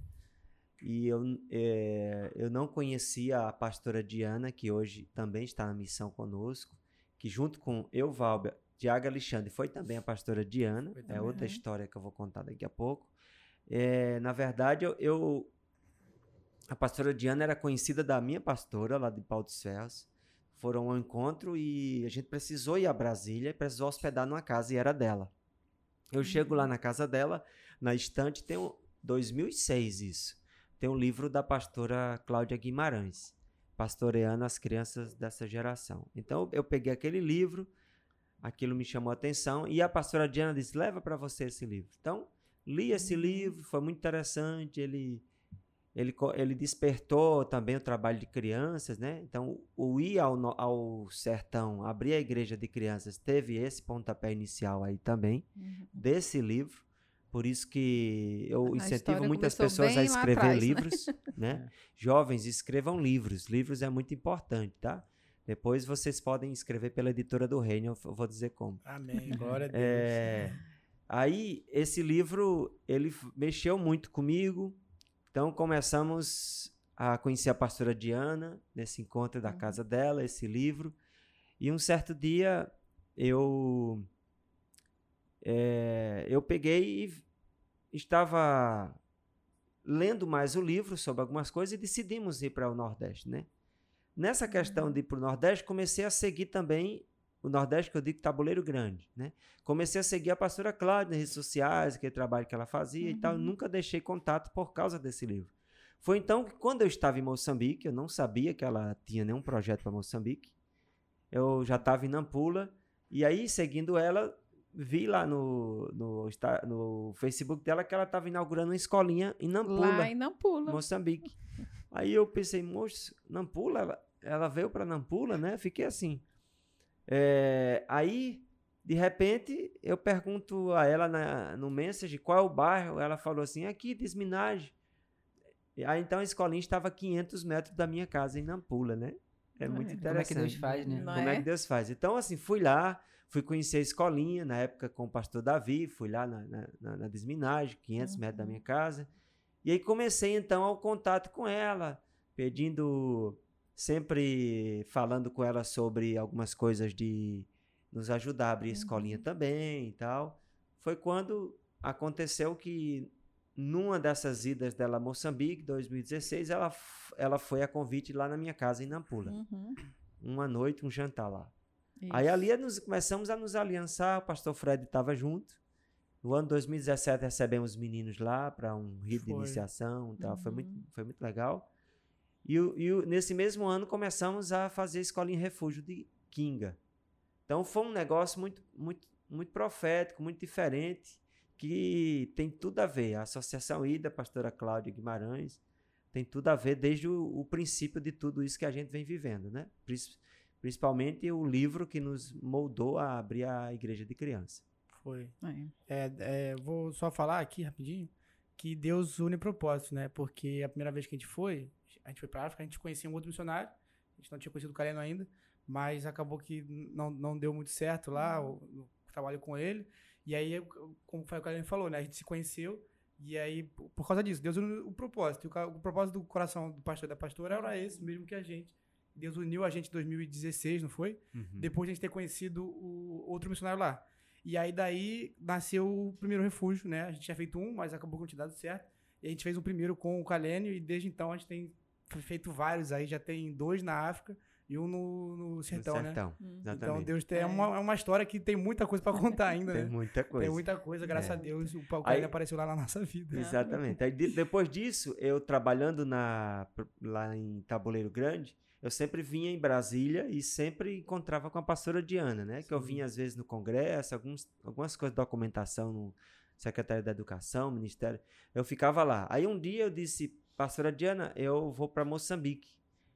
e eu, é, eu não conhecia a pastora Diana, que hoje também está na missão conosco, que junto com eu, Valber, Tiago Alexandre, foi também a pastora Diana, Foi é também, outra né? história que eu vou contar daqui a pouco. É, na verdade, eu, eu, a pastora Diana era conhecida da minha pastora, lá de Pau dos Ferros. Foram ao encontro e a gente precisou ir a Brasília, precisou hospedar numa casa e era dela. Eu uhum. chego lá na casa dela, na estante, tem um, dois mil e seis isso, tem um livro da pastora Cláudia Guimarães, Pastoreando as Crianças dessa Geração. Então eu peguei aquele livro, aquilo me chamou a atenção e a pastora Diana disse, leva para você esse livro. Então li esse uhum. livro, foi muito interessante, ele... Ele, ele despertou também o trabalho de crianças, né? Então, o ir ao, ao sertão, abrir a igreja de crianças, teve esse pontapé inicial aí também, uhum. desse livro. Por isso que eu a incentivo muitas pessoas a escrever atrás, livros, né? né? Jovens, escrevam livros. Livros é muito importante, tá? Depois vocês podem escrever pela Editora do Reino, eu vou dizer como. Amém, glória a Deus. É, aí, esse livro, ele mexeu muito comigo. Então, começamos a conhecer a pastora Diana, nesse encontro da casa dela, esse livro. E um certo dia, eu, é, eu peguei e estava lendo mais o livro sobre algumas coisas e decidimos ir para o Nordeste, né? Nessa questão de ir para o Nordeste, comecei a seguir também o Nordeste, que eu digo Tabuleiro Grande, né? Comecei a seguir a pastora Cláudia nas redes sociais, aquele trabalho que ela fazia uhum. e tal. Eu nunca deixei contato por causa desse livro. Foi então que, quando eu estava em Moçambique, eu não sabia que ela tinha nenhum projeto para Moçambique. Eu já estava em Nampula. E aí, seguindo ela, vi lá no, no, no Facebook dela que ela estava inaugurando uma escolinha em Nampula. Lá em Nampula. Moçambique. Aí eu pensei, moço, Nampula? Ela, ela veio para Nampula, né? Fiquei assim. É, aí, de repente, eu pergunto a ela na, no message qual é o bairro. Ela falou assim, aqui, Desminagem. Aí, então, a escolinha estava a quinhentos metros da minha casa, em Nampula, né? É Não muito é? interessante. Como é que Deus faz, né? Não Como é? é que Deus faz. Então, assim, fui lá, fui conhecer a escolinha, na época com o pastor Davi, fui lá na, na, na, na Desminagem, quinhentos uhum. metros da minha casa. E aí comecei, então, ao contato com ela, pedindo... Sempre falando com ela sobre algumas coisas de nos ajudar a abrir a escolinha uhum. também e tal. Foi quando aconteceu que, numa dessas idas dela a Moçambique, dois mil e dezesseis, ela, ela foi a convite lá na minha casa, em Nampula. Uhum. Uma noite, um jantar lá. Isso. Aí ali nos, começamos a nos aliançar, o pastor Fred estava junto. No ano dois mil e dezessete, recebemos meninos lá para um rito de iniciação e tal. Uhum. Foi muito, foi muito legal. E, e nesse mesmo ano começamos a fazer a escolinha refúgio de Kinga. Então foi um negócio muito, muito, muito profético, muito diferente, que tem tudo a ver. A Associação I D A, a pastora Cláudia Guimarães, tem tudo a ver desde o, o princípio de tudo isso que a gente vem vivendo, né? Principalmente o livro que nos moldou a abrir a igreja de criança. Foi. É, é, vou só falar aqui rapidinho que Deus une propósitos, né? Porque a primeira vez que a gente foi, a gente foi para a África, a gente conhecia um outro missionário, a gente não tinha conhecido o Caleno ainda, mas acabou que não, não deu muito certo lá, o, o trabalho com ele. E aí, como o Caleno falou, né? A gente se conheceu, e aí, por causa disso, Deus uniu o propósito. O, o propósito do coração do pastor e da pastora era esse mesmo que a gente. Deus uniu a gente em dois mil e dezesseis, não foi? Uhum. Depois de a gente ter conhecido o outro missionário lá. E aí, daí, nasceu o primeiro refúgio, né? A gente tinha feito um, mas acabou com não ter dado certo. E a gente fez o primeiro com o Calênio, e desde então a gente tem feito vários aí. Já tem dois na África e um no, no sertão, no sertão, né? Hum. Então, Deus tem... É uma, é uma história que tem muita coisa para contar ainda, tem né? Tem muita coisa. Tem muita coisa, graças é. a Deus. O Calênio apareceu lá na nossa vida. É. Exatamente. Aí, de, depois disso, eu trabalhando na, lá em Tabuleiro Grande, eu sempre vinha em Brasília e sempre encontrava com a pastora Diana, né? Sim. Que eu vinha às vezes no congresso, alguns, algumas coisas de documentação no Secretário da Educação, Ministério. Eu ficava lá. Aí um dia eu disse, pastora Diana, eu vou para Moçambique,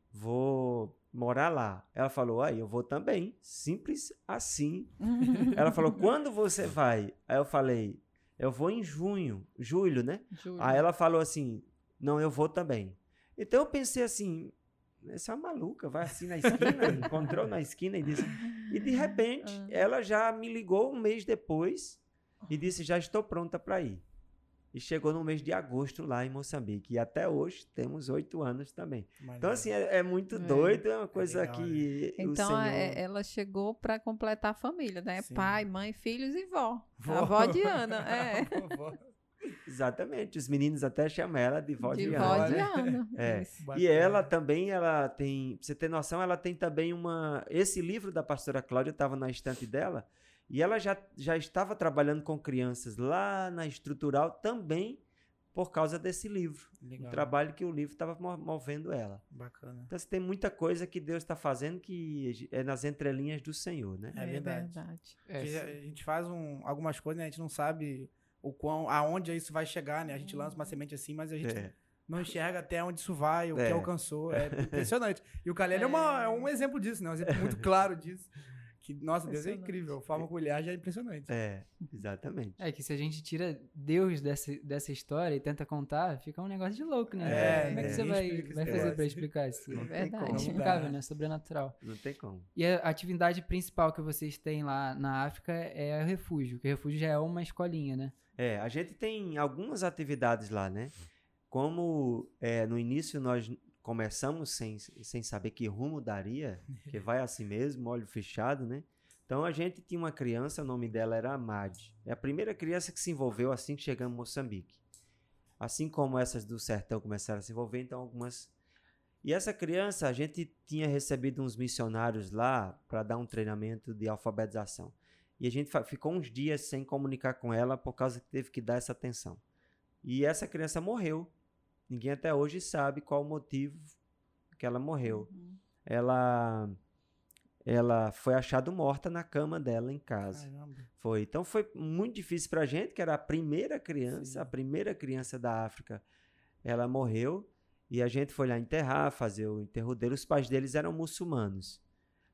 vou morar lá. Ela falou, aí eu vou também, simples assim. Ela falou, quando você vai? Aí eu falei, eu vou em junho, julho, né? Julho. Aí ela falou assim, não, eu vou também. Então eu pensei assim, essa é uma maluca, vai assim na esquina, encontrou na esquina e disse... E de repente, ela já me ligou um mês depois e disse, já estou pronta para ir. E chegou no mês de agosto lá em Moçambique. E até hoje temos oito anos também. Mas então, assim, é, é muito é. doido, é uma coisa é legal, que né? Então, o Senhor... é, ela chegou para completar a família, né? Sim. Pai, mãe, filhos e vó. vó. A avó Diana, é. Exatamente. Os meninos até chamam ela de vó De Diana. vó né? Diana. É. Isso. E Bacana. ela também, ela tem, pra você ter noção, ela tem também uma... Esse livro da pastora Cláudia estava na estante dela, e ela já, já estava trabalhando com crianças lá na estrutural também por causa desse livro. Legal. O trabalho que o livro estava movendo ela. Bacana. Então, você tem muita coisa que Deus está fazendo que é nas entrelinhas do Senhor, né? É verdade. verdade. É, Porque a gente faz um, algumas coisas, né? A gente não sabe o quão, aonde isso vai chegar, né? A gente lança uma semente assim, mas a gente É. não enxerga até onde isso vai, o É. que alcançou. É impressionante. E o Caleb é, uma- é um exemplo disso, né? Um exemplo muito claro disso. Que, nossa, Deus é Impressionante. incrível. A forma como ele age é impressionante. É, exatamente. É que se a gente tira Deus dessa, dessa história e tenta contar, fica um negócio de louco, né? É, Como é que é. você vai, Explica vai esse fazer negócio. pra explicar isso? Não É tem verdade. como. É Não dá. inexplicável, né? Sobrenatural. Não tem como. E a atividade principal que vocês têm lá na África é o refúgio, que o refúgio já é uma escolinha, né? É, a gente tem algumas atividades lá, né? Como é, no início nós começamos sem, sem saber que rumo daria, que vai assim mesmo, olho fechado, né? Então a gente tinha uma criança, o nome dela era Amade. É a primeira criança que se envolveu assim que chegamos em Moçambique. Assim como essas do sertão começaram a se envolver, então algumas... E essa criança, a gente tinha recebido uns missionários lá para dar um treinamento de alfabetização. E a gente fa- ficou uns dias sem comunicar com ela por causa que teve que dar essa atenção. E essa criança morreu. Ninguém até hoje sabe qual o motivo que ela morreu. Uhum. Ela, ela foi achada morta na cama dela em casa. Caramba. Foi. Então foi muito difícil pra gente, que era a primeira criança, Sim. a primeira criança da África. Ela morreu e a gente foi lá enterrar, fazer o enterro dele. Os pais deles eram muçulmanos.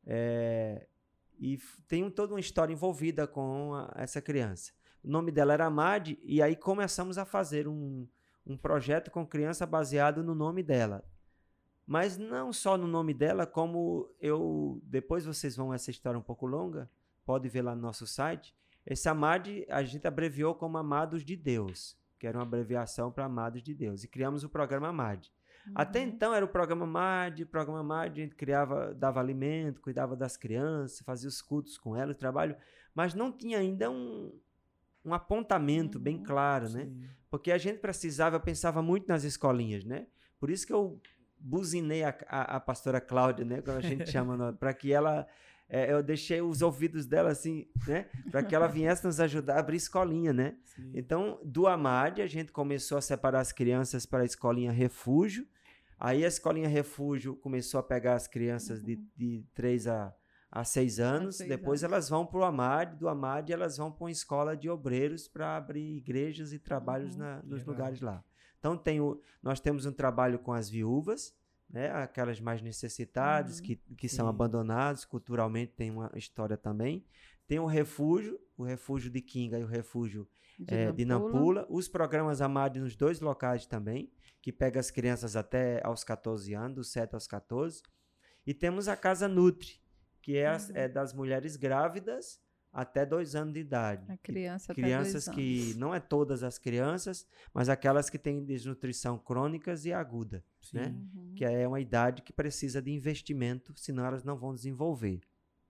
É, e f- tem um- toda uma história envolvida com a- essa criança. O nome dela era Amade e aí começamos a fazer um, um projeto com criança baseado no nome dela. Mas não só no nome dela, como eu... Depois vocês vão essa história um pouco longa, pode ver lá no nosso site. Esse Amade a gente abreviou como Amados de Deus, que era uma abreviação para Amados de Deus. E criamos o programa Amade. Até Uhum. então era o programa Amade, o programa Amade, a gente criava, dava alimento, cuidava das crianças, fazia os cultos com elas, o trabalho, mas não tinha ainda um, um apontamento bem Uhum. claro, né? Sim. Porque a gente precisava, eu pensava muito nas escolinhas, né? Por isso que eu buzinei a, a, a pastora Cláudia, né? Como a gente chama, para que ela... é, eu deixei os ouvidos dela assim, né? Para que ela viesse nos ajudar a abrir escolinha, né? Sim. Então, do Amade, a gente começou a separar as crianças para a escolinha Refúgio. Aí a escolinha Refúgio começou a pegar as crianças de, de três a, a seis anos. seis Depois anos. elas vão para o Amade. Do Amade, elas vão para uma escola de obreiros para abrir igrejas e trabalhos Uhum. na, nos Legal. lugares lá. Então, tem o, nós temos um trabalho com as viúvas, né? Aquelas mais necessitadas, Uhum. que, que são Sim. abandonadas, culturalmente tem uma história também. Tem o refúgio, o refúgio de Kinga e o refúgio De é, de Nampula. Nampula. Os programas Amade nos dois locais também, que pega as crianças até aos catorze anos, dos sete aos catorze. E temos a Casa Nutri, que é, as- Uhum. é das mulheres grávidas até dois anos de idade. A Que- criança até crianças dois que, anos. não é todas as crianças, mas aquelas que têm desnutrição crônicas e aguda, Sim. né? Uhum. Que é uma idade que precisa de investimento, senão elas não vão desenvolver.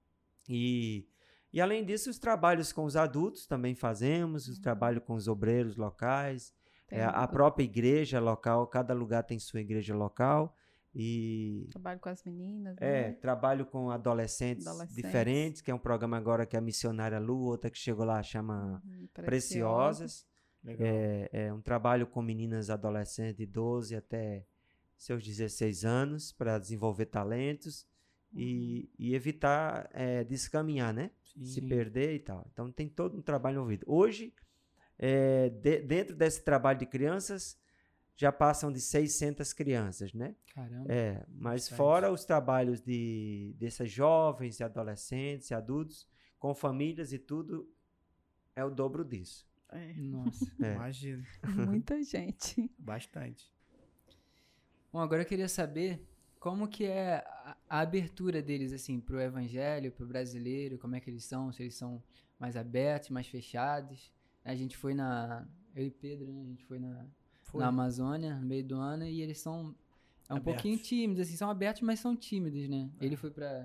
E, e além disso, os trabalhos com os adultos também fazemos, os trabalhos com os obreiros locais, Tem é, a o própria igreja local, cada lugar tem sua igreja local. E trabalho com as meninas, é, né? trabalho com adolescentes, Adolescentes. diferentes, que é um programa agora que a missionária Lu, outra que chegou lá, chama Uhum, Preciosas. Legal. É, é um trabalho com meninas adolescentes de doze até seus dezesseis anos para desenvolver talentos e, e evitar é, descaminhar, né? Se Sim. perder e tal. Então tem todo um trabalho envolvido. Hoje, é, de- dentro desse trabalho de crianças, já passam de seiscentas crianças, né? Caramba. É, mas Bastante. fora os trabalhos de dessas jovens, e adolescentes, e adultos, com famílias e tudo, é o dobro disso. É, Nossa. É. Imagina. muita gente. Bastante. Bom, agora eu queria saber como que é a, a abertura deles, assim, pro evangelho, pro brasileiro, como é que eles são, se eles são mais abertos, mais fechados. A gente foi na... Eu e Pedro, né? A gente foi na, Foi. na Amazônia, no meio do ano, e eles são... É um Abertos. pouquinho tímidos, assim, são abertos, mas são tímidos, né? Ele foi pra,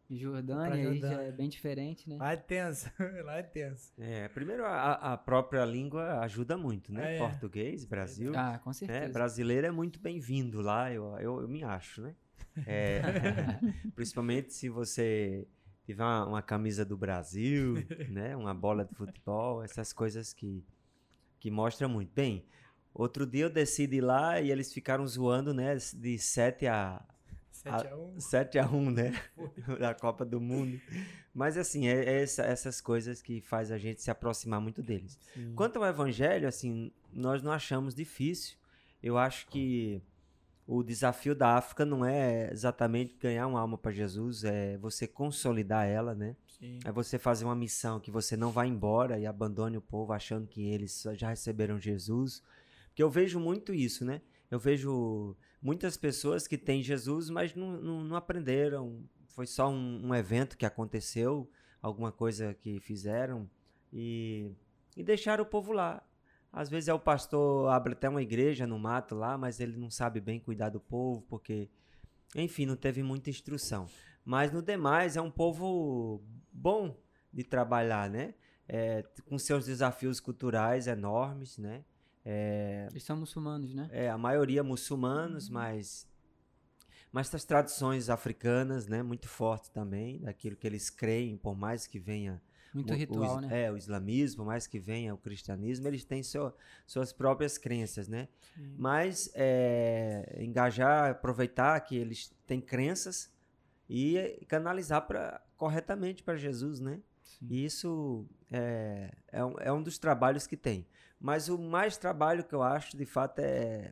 Jordânia, Pra aí já Jordânia. é bem diferente, né? Lá é tenso, lá é tenso. É, primeiro, a, a própria língua ajuda muito, né? É, é. Português, Brasil. Ah, com né? certeza. Brasileiro é muito bem-vindo lá, eu, eu, eu me acho, né? É, principalmente se você tiver uma, uma camisa do Brasil, né? Uma bola de futebol, essas coisas que, que mostram muito. Bem, outro dia eu decidi ir lá e eles ficaram zoando, né? De sete a sete a um. sete a um, né? Da Copa do Mundo. Mas assim, é, é essa, essas coisas que faz a gente se aproximar muito deles. Sim. Quanto ao evangelho, assim, nós não achamos difícil. Eu acho que o desafio da África não é exatamente ganhar uma alma para Jesus, é você consolidar ela, né? Sim. É você fazer uma missão que você não vai embora e abandone o povo achando que eles já receberam Jesus. Porque eu vejo muito isso, né? Eu vejo muitas pessoas que têm Jesus, mas não, não, não aprenderam. Foi só um, um evento que aconteceu, alguma coisa que fizeram e, e deixaram o povo lá. Às vezes é o pastor, abre até uma igreja no mato lá, mas ele não sabe bem cuidar do povo, porque, enfim, não teve muita instrução. Mas no demais é um povo bom de trabalhar, né? É, com seus desafios culturais enormes, né? É, Eles são muçulmanos, né? é, a maioria muçulmanos, mas, mas as tradições africanas, né? Muito fortes também, daquilo que eles creem, por mais que venha Muito o, ritual, o, né? É, o islamismo, por mais que venha o cristianismo, eles têm seu, suas próprias crenças, né? Sim. Mas é, engajar, aproveitar que eles têm crenças e é, canalizar pra, corretamente para Jesus, né? Sim. E isso é, é, um, é um dos trabalhos que tem. Mas o mais trabalho que eu acho, de fato, é,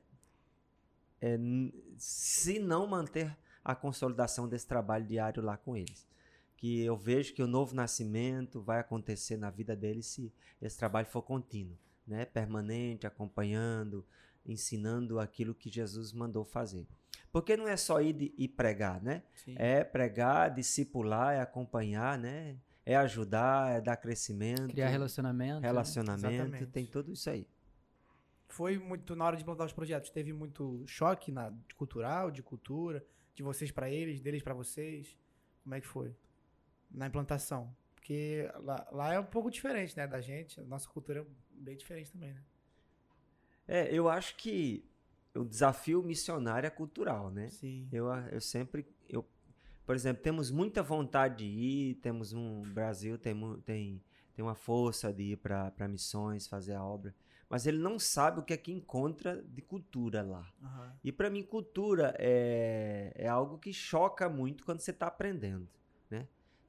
é se não manter a consolidação desse trabalho diário lá com eles. Que eu vejo que o novo nascimento vai acontecer na vida deles se esse trabalho for contínuo, né? Permanente, acompanhando, ensinando aquilo que Jesus mandou fazer. Porque não é só ir de, e pregar, né? Sim. É pregar, discipular, é acompanhar, né? É ajudar, é dar crescimento. Criar relacionamento. né? Relacionamento, Exatamente. tem tudo isso aí. Foi muito, na hora de implantar os projetos, teve muito choque na, de cultural, de cultura, de vocês para eles, deles para vocês? Como é que foi? Na implantação. Porque lá, lá é um pouco diferente, né, da gente. A nossa cultura é bem diferente também, né? É, eu acho que o desafio missionário é cultural, né? Sim. Eu, eu sempre, eu, por exemplo, temos muita vontade de ir, temos um, o Brasil tem, mu- tem, tem uma força de ir para missões, fazer a obra, mas ele não sabe o que é que encontra de cultura lá. Aham. E para mim, cultura é, é algo que choca muito quando você está aprendendo, né?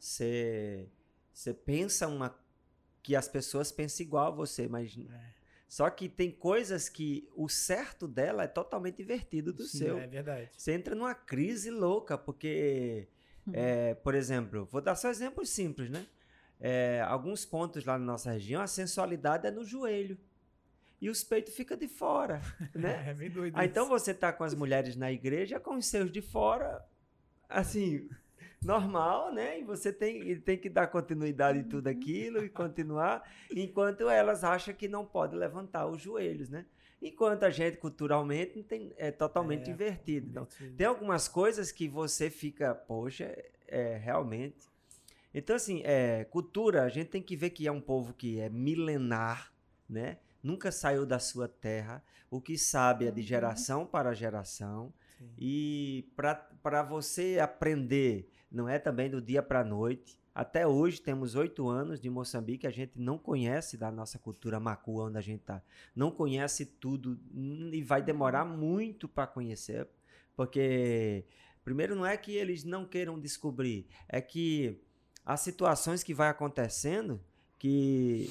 Você, você pensa uma, que as pessoas pensam igual a você, mas É. só que tem coisas que o certo dela é totalmente invertido do Sim, seu. é verdade. Você entra numa crise louca, porque, é, por exemplo, vou dar só exemplos simples, né? É, alguns pontos lá na nossa região, a sensualidade é no joelho. E os peitos ficam de fora, né? É bem doido Ah, isso. então você tá com as mulheres na igreja com os seus de fora, assim, normal, né? E você tem, e tem que dar continuidade em tudo aquilo e continuar, enquanto elas acham que não pode levantar os joelhos, né? Enquanto a gente, culturalmente, tem, é totalmente É, invertido. Então, Invertido. tem algumas coisas que você fica, poxa, é, realmente. Então, assim, é, cultura, a gente tem que ver que é um povo que é milenar, né? Nunca saiu da sua terra. O que sabe é de geração para geração. Sim. E para você aprender, não é também do dia para a noite. Até hoje, temos oito anos de Moçambique, a gente não conhece da nossa cultura macua, onde a gente está. Não conhece tudo hum, e vai demorar muito para conhecer. Porque, primeiro, não é que eles não queiram descobrir, é que as situações que vai acontecendo, que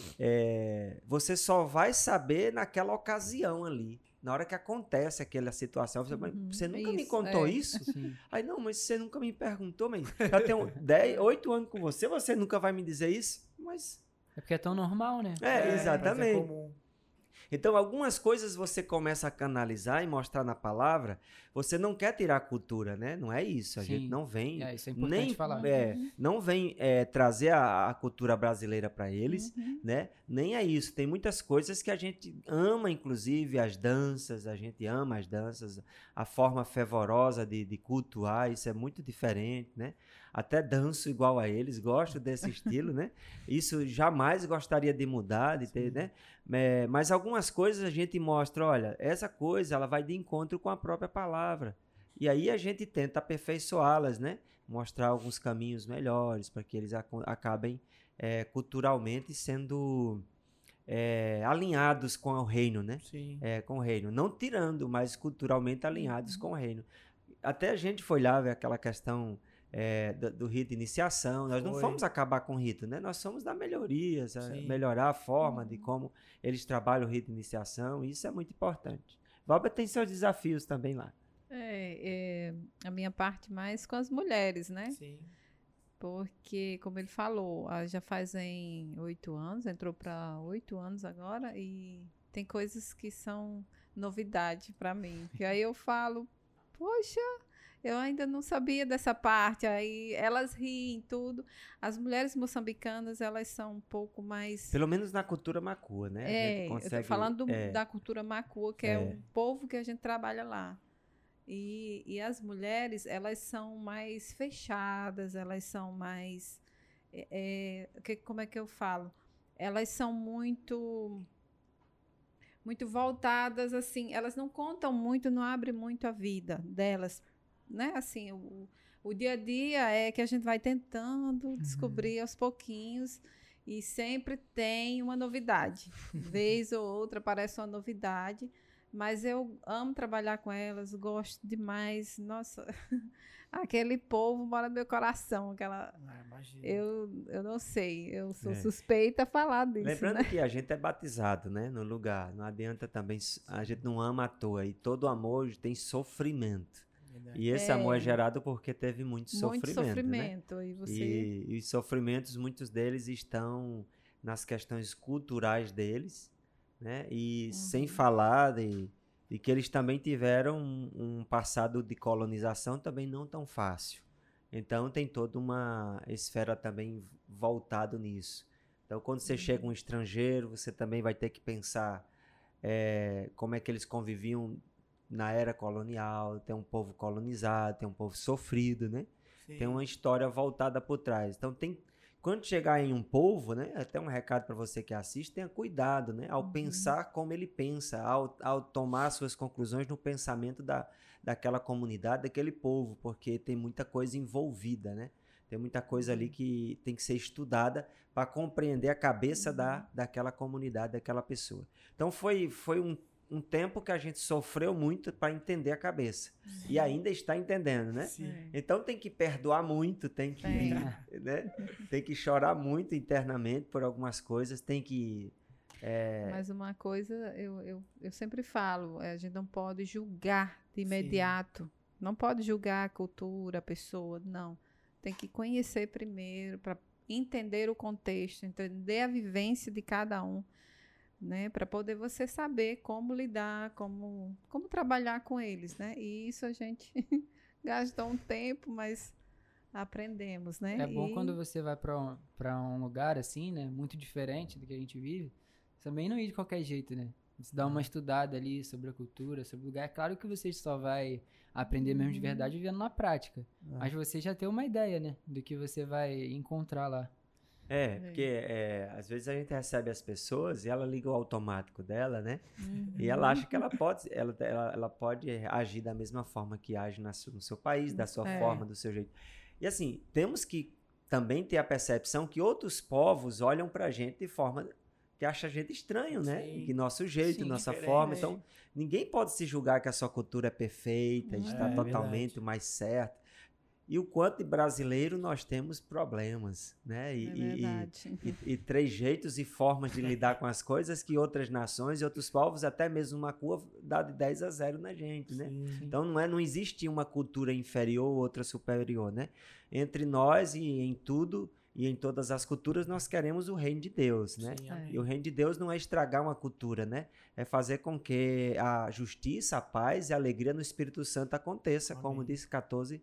é, você só vai saber naquela ocasião ali. Na hora que acontece aquela situação, você, mas Uhum, você nunca me isso, contou é. isso? Sim. Aí, não, mas você nunca me perguntou, mas eu tenho dez, oito anos com você, você nunca vai me dizer isso? Mas, É porque é tão normal, né? é, mas exatamente. É comum. Então, algumas coisas você começa a canalizar e mostrar na palavra, você não quer tirar a cultura, né? Não é isso, a Sim. gente não vem... É, isso é importante nem, falar. é, não vem é, trazer a, a cultura brasileira para eles, Uhum. né? Nem é isso. Tem muitas coisas que a gente ama, inclusive as danças, a gente ama as danças, a forma fervorosa de, de cultuar, isso é muito diferente, né? até danço igual a eles, gosto desse estilo, né? Isso jamais gostaria de mudar, de ter, né? É, mas algumas coisas a gente mostra, olha, essa coisa ela vai de encontro com a própria palavra. E aí a gente tenta aperfeiçoá-las, né? Mostrar alguns caminhos melhores para que eles ac acabem é, culturalmente sendo é, alinhados com o reino, né? Sim. É, com o reino. Não tirando, mas culturalmente alinhados uhum. com o reino. Até a gente foi lá ver aquela questão é, do, do rito de iniciação. Nós foi. não fomos acabar com o rito, né? Nós somos da melhoria, melhorar a forma uhum. de como eles trabalham o rito de iniciação. E isso é muito importante. Valber tem seus desafios também lá. É, é, a minha parte mais com as mulheres, né? Sim. Porque, como ele falou, já fazem oito anos, entrou para oito anos agora, e tem coisas que são novidade para mim. E aí eu falo, poxa, eu ainda não sabia dessa parte. Aí elas riem tudo. As mulheres moçambicanas, elas são um pouco mais... Pelo menos na cultura macua, né? É, consegue, eu tô falando do, é, da cultura macua, que é. é o povo que a gente trabalha lá. E, e as mulheres, elas são mais fechadas, elas são mais... É, que, como é que eu falo? Elas são muito... muito voltadas, assim, elas não contam muito, não abrem muito a vida delas, né? Assim, o, o dia a dia é que a gente vai tentando uhum. descobrir aos pouquinhos, e sempre tem uma novidade. Vez ou outra aparece uma novidade, mas eu amo trabalhar com elas, gosto demais. Nossa, aquele povo mora no meu coração. Aquela... Ah, eu, eu não sei, eu sou é. suspeita a falar disso. Lembrando né? que a gente é batizado, né, no lugar. Não adianta também, a gente não ama à toa. E todo amor tem sofrimento. Verdade. E esse é. amor é gerado porque teve muito, muito sofrimento. sofrimento. Né? E, você... e, e os sofrimentos, muitos deles estão nas questões culturais deles. Né? E uhum. sem falar de, de que eles também tiveram um, um passado de colonização também não tão fácil. Então tem toda uma esfera também voltado nisso. Então quando você uhum. chega um estrangeiro, você também vai ter que pensar é, como é que eles conviviam na era colonial. Tem um povo colonizado, tem um povo sofrido, né? Tem uma história voltada por trás. Então tem... Quando chegar em um povo, né, até um recado para você que assiste, tenha cuidado, né, ao uhum. pensar como ele pensa, ao, ao tomar suas conclusões no pensamento da, daquela comunidade, daquele povo, porque tem muita coisa envolvida, né? Tem muita coisa ali que tem que ser estudada para compreender a cabeça uhum. da, daquela comunidade, daquela pessoa. Então foi, foi um um tempo que a gente sofreu muito para entender a cabeça. Sim. E ainda está entendendo, né? Sim. Então tem que perdoar muito, tem que, é. né? Tem que chorar muito internamente por algumas coisas, tem que... É... Mas uma coisa, eu, eu, eu sempre falo, a gente não pode julgar de imediato. Sim. Não pode julgar a cultura, a pessoa, não. Tem que conhecer primeiro, para entender o contexto, entender a vivência de cada um. Né, para poder você saber como lidar, como, como trabalhar com eles, né? E isso a gente gastou um tempo, mas aprendemos, né? É bom e... quando você vai para um, para um lugar assim, né, muito diferente do que a gente vive, também não ir de qualquer jeito, né? Você dá uma estudada ali sobre a cultura, sobre o lugar. É claro que você só vai aprender uhum. mesmo de verdade vivendo na prática, uhum. mas você já tem uma ideia, né, do que você vai encontrar lá. É, porque é, às vezes a gente recebe as pessoas e ela liga o automático dela, né? Uhum. E ela acha que ela pode, ela, ela, ela pode agir da mesma forma que age na, no seu país, da sua é. forma, do seu jeito. E assim, temos que também ter a percepção que outros povos olham pra gente de forma que acha a gente estranho, né? Sim. Que nosso jeito, Sim, nossa diferente. forma. Então, ninguém pode se julgar que a sua cultura é perfeita, está é, totalmente é mais certa. E o quanto de brasileiro nós temos problemas, né? E, é verdade. E, e, e trejeitos e formas de lidar com as coisas que outras nações e outros povos, até mesmo uma cua, dá de dez a zero na gente, né? Sim. Então não, é, não existe uma cultura inferior ou outra superior, né? Entre nós e em tudo e em todas as culturas nós queremos o reino de Deus, né? Sim, e o reino de Deus não é estragar uma cultura, né? É fazer com que a justiça, a paz e a alegria no Espírito Santo aconteça, Amém. Como disse catorze,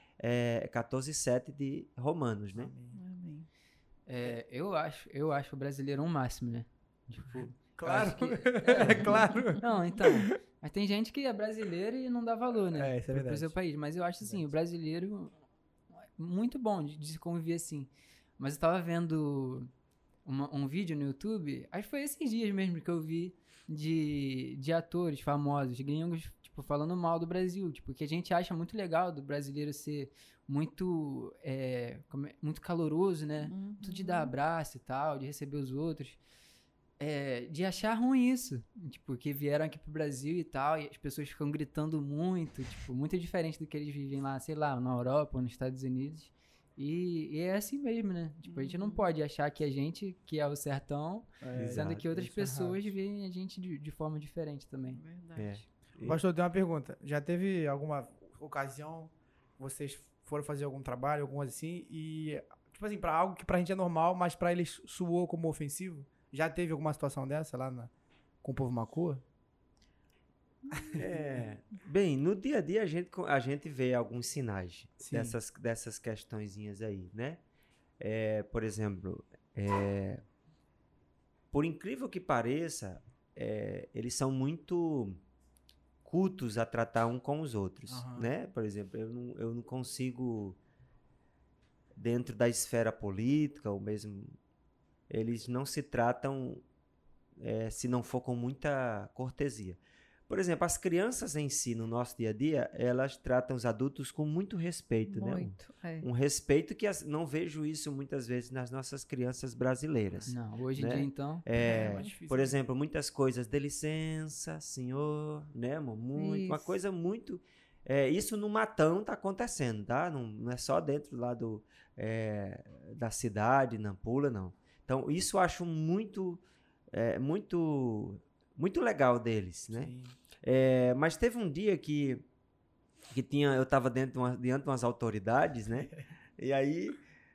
é, catorze, sete de Romanos, né? Amém. É, eu acho, eu acho o brasileiro um máximo, né? Tipo, claro, que, é, claro. Não, então, mas tem gente que é brasileiro e não dá valor, né? É, isso é verdade. Pro seu país, mas eu acho assim, o brasileiro muito bom de, de se conviver assim. Mas eu tava vendo uma, um vídeo no YouTube, acho que foi esses dias mesmo que eu vi, de, de atores famosos, gringos, tipo, falando mal do Brasil. Tipo, que a gente acha muito legal do brasileiro ser muito, é, como é- muito caloroso, né? Uhum. Muito de dar abraço e tal, de receber os outros. É, de achar ruim isso. Tipo, que vieram aqui pro Brasil e tal, e as pessoas ficam gritando muito, tipo, muito diferente do que eles vivem lá, sei lá, na Europa ou nos Estados Unidos. E, e é assim mesmo, né? Tipo, a gente não pode achar que a gente, que é o sertão, É, sendo Exato. que outras isso é pessoas errado. veem a gente de, de forma diferente também. Verdade. É. Pastor, tem uma pergunta. Já teve alguma ocasião vocês foram fazer algum trabalho, alguma coisa assim, e, tipo assim, pra algo que pra gente é normal, mas pra eles soou como ofensivo? Já teve alguma situação dessa lá na- com o povo Macua? É, bem, no dia a dia a gente, co- a gente vê alguns sinais Sim. dessas, dessas questõezinhas aí, né? É, por exemplo, é, por incrível que pareça, é, eles são muito cultos a tratar um com os outros, Aham. né? Por exemplo, eu não, eu não consigo, dentro da esfera política, ou mesmo, eles não se tratam é, se não for com muita cortesia. Por exemplo, as crianças em si, no nosso dia a dia, elas tratam os adultos com muito respeito, né? Um- Muito. É. Um respeito que as- não vejo isso muitas vezes nas nossas crianças brasileiras. Não, hoje em Né? dia, então, É, É, mais difícil, por né? exemplo, muitas coisas, dê licença, senhor, né, amor? Muito, uma Isso. coisa muito... é, isso no Matão tá acontecendo, tá? Não, não é só dentro lá do, é, da cidade, Nampula, não. Então, isso eu acho muito, é, muito, muito legal deles, né? Sim. É, mas teve um dia que, que tinha, eu estava dentro de uma, diante de umas autoridades, né? E aí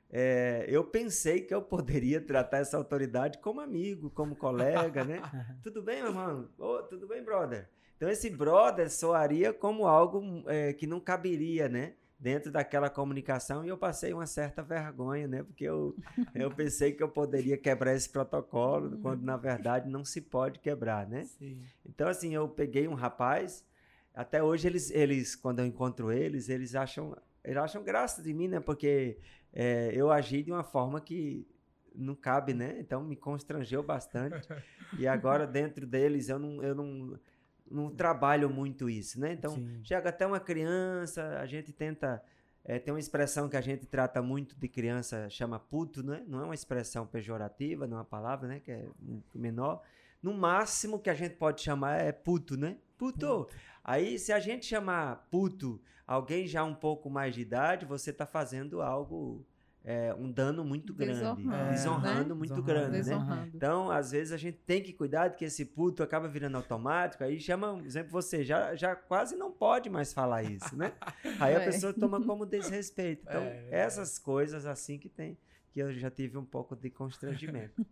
é, eu pensei que eu poderia tratar essa autoridade como amigo, como colega, né? Tudo bem, meu irmão? Ô, tudo bem, brother? Então esse brother soaria como algo é, que não caberia, né? Dentro daquela comunicação, e eu passei uma certa vergonha, né? Porque eu, eu pensei que eu poderia quebrar esse protocolo, quando na verdade não se pode quebrar, né? Sim. Então, assim, eu peguei um rapaz, até hoje eles, eles quando eu encontro eles, eles acham, eles acham graça de mim, né? Porque é, eu agi de uma forma que não cabe, né? Então, me constrangeu bastante. E agora, dentro deles, eu não, eu não, não trabalho muito isso, né? Então, Sim. chega até uma criança, a gente tenta... é, tem uma expressão que a gente trata muito de criança, chama puto, né? Não é uma expressão pejorativa, não é uma palavra, né? Que é muito menor. No máximo que a gente pode chamar é puto, né? Puto. Aí, se a gente chamar puto alguém já um pouco mais de idade, você está fazendo algo, é, um dano muito grande. Desonrando, Desonrando né? muito Desonrando. grande, né? Desonrando. Então, às vezes, a gente tem que cuidar de que esse puto acaba virando automático, aí chama, por exemplo, você já, já quase não pode mais falar isso, né? Aí a É. pessoa toma como desrespeito. Então, É, verdade. essas coisas assim que tem, que eu já tive um pouco de constrangimento.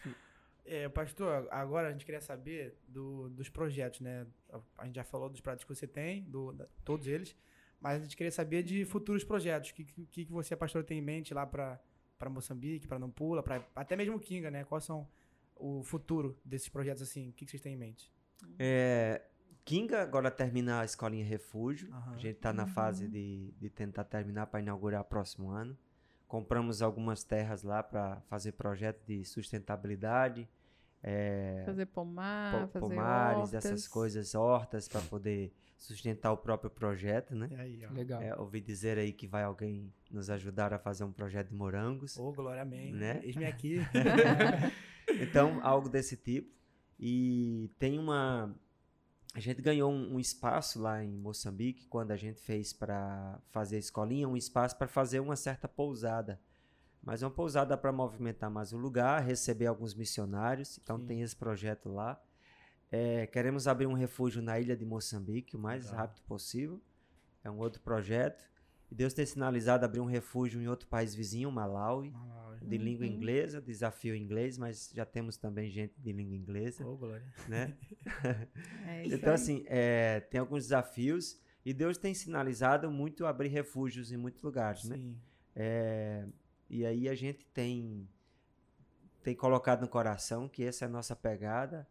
É, pastor, agora a gente queria saber do- dos projetos, né? A gente já falou dos projetos que você tem, do, da- todos eles, mas a gente queria saber de futuros projetos. O que, que, que você, pastor, tem em mente lá para Moçambique, para Nampula, pra, até mesmo Kinga, né? Quais são o futuro desses projetos assim? O que, que vocês têm em mente? É, Kinga agora termina a escolinha Refúgio. Aham. A gente está na fase de, de tentar terminar para inaugurar próximo ano. Compramos algumas terras lá para fazer projeto de sustentabilidade, é, Fazer pomar, po- fazer pomares, hortas. essas coisas, hortas, para poder sustentar o próprio projeto, né? E aí, ó. legal. É, ouvi dizer aí que vai alguém nos ajudar a fazer um projeto de morangos. Ô, glória, amém. Né? Eis-me aqui. Então, algo desse tipo. E tem uma... A gente ganhou um, um espaço lá em Moçambique, quando a gente fez para fazer a escolinha, um espaço para fazer uma certa pousada. Mas uma pousada para movimentar mais o lugar, receber alguns missionários. Então, Sim. tem esse projeto lá. É, queremos abrir um refúgio na ilha de Moçambique o mais Legal. rápido possível. É um outro projeto. E Deus tem sinalizado abrir um refúgio em outro país vizinho, Malawi, de língua Uhum. inglesa, desafio inglês, mas já temos também gente de língua inglesa, Ô, glória. né? É isso Então, aí. assim, é, tem alguns desafios e Deus tem sinalizado muito abrir refúgios em muitos lugares, né? Sim. É, e aí a gente tem, tem colocado no coração que essa é a nossa pegada,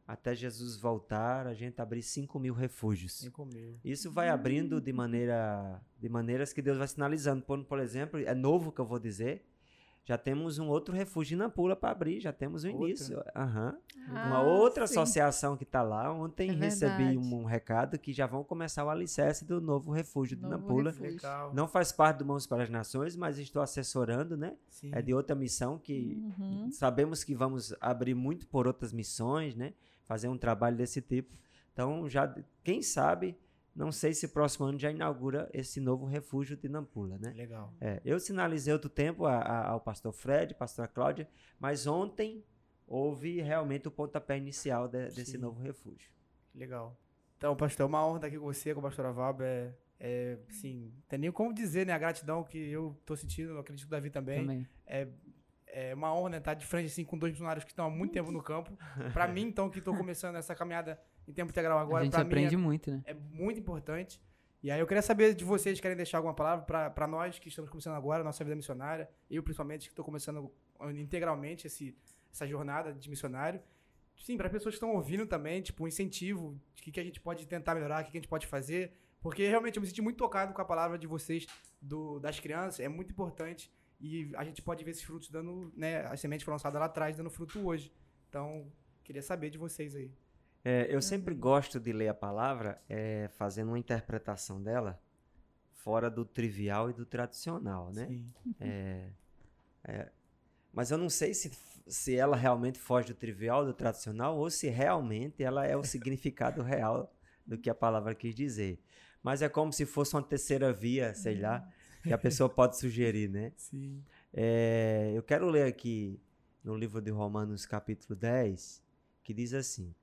até Jesus voltar, a gente abrir cinco mil refúgios. cinco mil. Isso vai abrindo de, maneira, de maneiras que Deus vai sinalizando. Por, por exemplo, é novo que eu vou dizer, já temos um outro refúgio em Nampula para abrir, já temos o Outro? início. Aham. Ah, Uma outra sim. associação que está lá. Ontem É recebi verdade. um, um recado que já vão começar o alicerce do novo refúgio de Novo Nampula. refúgio. Legal. Não faz parte do Mãos para as Nações, mas estou assessorando, né? Sim. É de outra missão que Uhum. sabemos que vamos abrir muito por outras missões, né? Fazer um trabalho desse tipo. Então, já, quem sabe, não sei se próximo ano já inaugura esse novo refúgio de Nampula, né? Legal. É, eu sinalizei outro tempo a, a, ao pastor Fred, pastora Cláudia, mas ontem houve realmente o pontapé inicial de, desse Sim. novo refúgio. Legal. Então, pastor, é uma honra estar aqui com você, com a pastora Valber. É, é, assim, não tem nem como dizer, né? A gratidão que eu tô sentindo, eu acredito que o Davi também. Também. É, é uma honra, né? Estar de frente, assim, com dois missionários que estão há muito tempo no campo. Pra mim, então, que tô começando essa caminhada em tempo integral agora, a gente pra aprende mim muito, né? é, é muito importante. E aí eu queria saber de vocês, querem deixar alguma palavra pra, pra nós que estamos começando agora, a nossa vida missionária. Eu, principalmente, que estou começando integralmente esse, essa jornada de missionário. Sim, para pessoas que estão ouvindo também, tipo, um incentivo, o que, que a gente pode tentar melhorar, o que, que a gente pode fazer. Porque realmente eu me senti muito tocado com a palavra de vocês, do, das crianças, é muito importante. E a gente pode ver esses frutos dando, né, as sementes foram lançadas lá atrás, dando fruto hoje. Então, queria saber de vocês aí. É, eu sempre gosto de ler a palavra é, fazendo uma interpretação dela fora do trivial e do tradicional, né? Sim. É, é, mas eu não sei se, se ela realmente foge do trivial, do tradicional, ou se realmente ela é o significado real do que a palavra quis dizer. Mas é como se fosse uma terceira via, sei lá, que a pessoa pode sugerir, né? Sim. É, eu quero ler aqui no livro de Romanos, capítulo dez, que diz assim: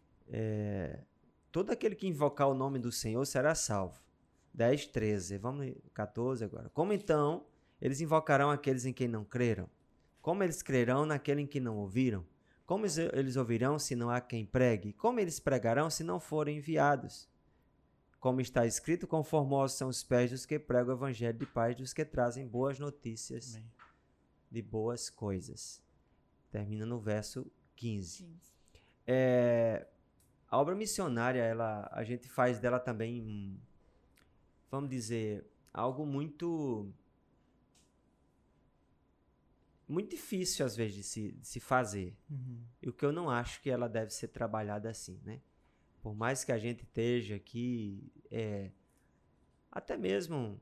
é, todo aquele que invocar o nome do Senhor será salvo. dez, treze, vamos catorze agora. Como então eles invocarão aqueles em quem não creram? Como eles crerão naquele em que não ouviram? Como eles ouvirão se não há quem pregue? Como eles pregarão se não forem enviados? Como está escrito, quão formosos são os pés dos que pregam o evangelho de paz, dos que trazem boas notícias Amém. de boas coisas. Termina no verso quinze. quinze. É, a obra missionária, ela, a gente faz dela também, um, vamos dizer, algo muito muito difícil às vezes de se, de se fazer. Uhum. E o que eu não acho que ela deve ser trabalhada assim, né? Por mais que a gente esteja aqui, é, até mesmo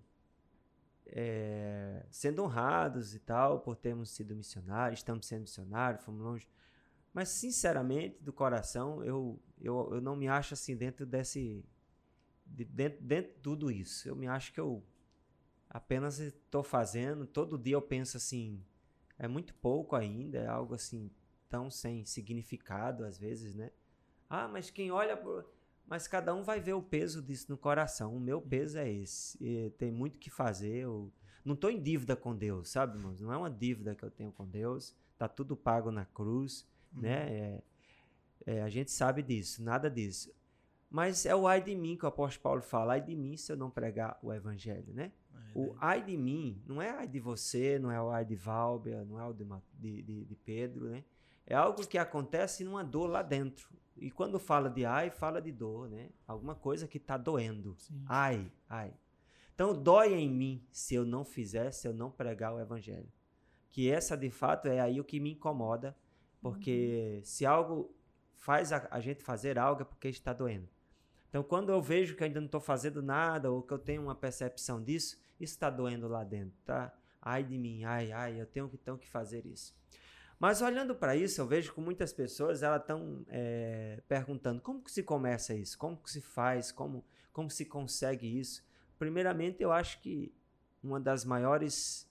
é, sendo honrados e tal, por termos sido missionários, estamos sendo missionários, fomos longe. Mas, sinceramente, do coração, eu, eu, eu não me acho assim dentro desse... De, dentro, dentro de tudo isso. Eu me acho que eu apenas estou fazendo, todo dia eu penso assim, é muito pouco ainda, é algo assim, tão sem significado às vezes, né? Ah, mas quem olha... Por... Mas cada um vai ver o peso disso no coração. O meu peso é esse. E tem muito o que fazer. Eu não estou em dívida com Deus, sabe, irmãos? Não é uma dívida que eu tenho com Deus. Está tudo pago na cruz, uhum. né? É, é, a gente sabe disso, nada disso. Mas é o ai de mim que o apóstolo Paulo fala. Ai de mim se eu não pregar o evangelho, né? É, o ai de mim não é ai de você, não é o ai de Valber, não é o de, de, de, de Pedro, né? É algo que acontece numa dor lá dentro. E quando fala de ai, fala de dor, né? Alguma coisa que está doendo. Sim. Ai, ai. Então, dói em mim se eu não fizer, se eu não pregar o evangelho. Que essa, de fato, é aí o que me incomoda. Porque uhum. se algo faz a, a gente fazer algo é porque está doendo. Então, quando eu vejo que ainda não estou fazendo nada ou que eu tenho uma percepção disso, isso está doendo lá dentro, tá? Ai de mim, ai, ai, eu tenho que, tenho que fazer isso. Mas olhando para isso, eu vejo que muitas pessoas elas estão é, perguntando como que se começa isso, como que se faz, como, como se consegue isso. Primeiramente, eu acho que uma das maiores,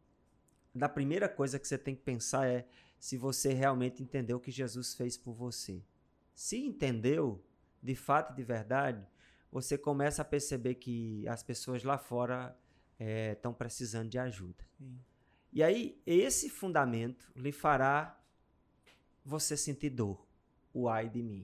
da primeira coisa que você tem que pensar é se você realmente entendeu o que Jesus fez por você. Se entendeu, de fato e de verdade, você começa a perceber que as pessoas lá fora estão é, precisando de ajuda. Sim. E aí, esse fundamento lhe fará você sentir dor, o ai de mim.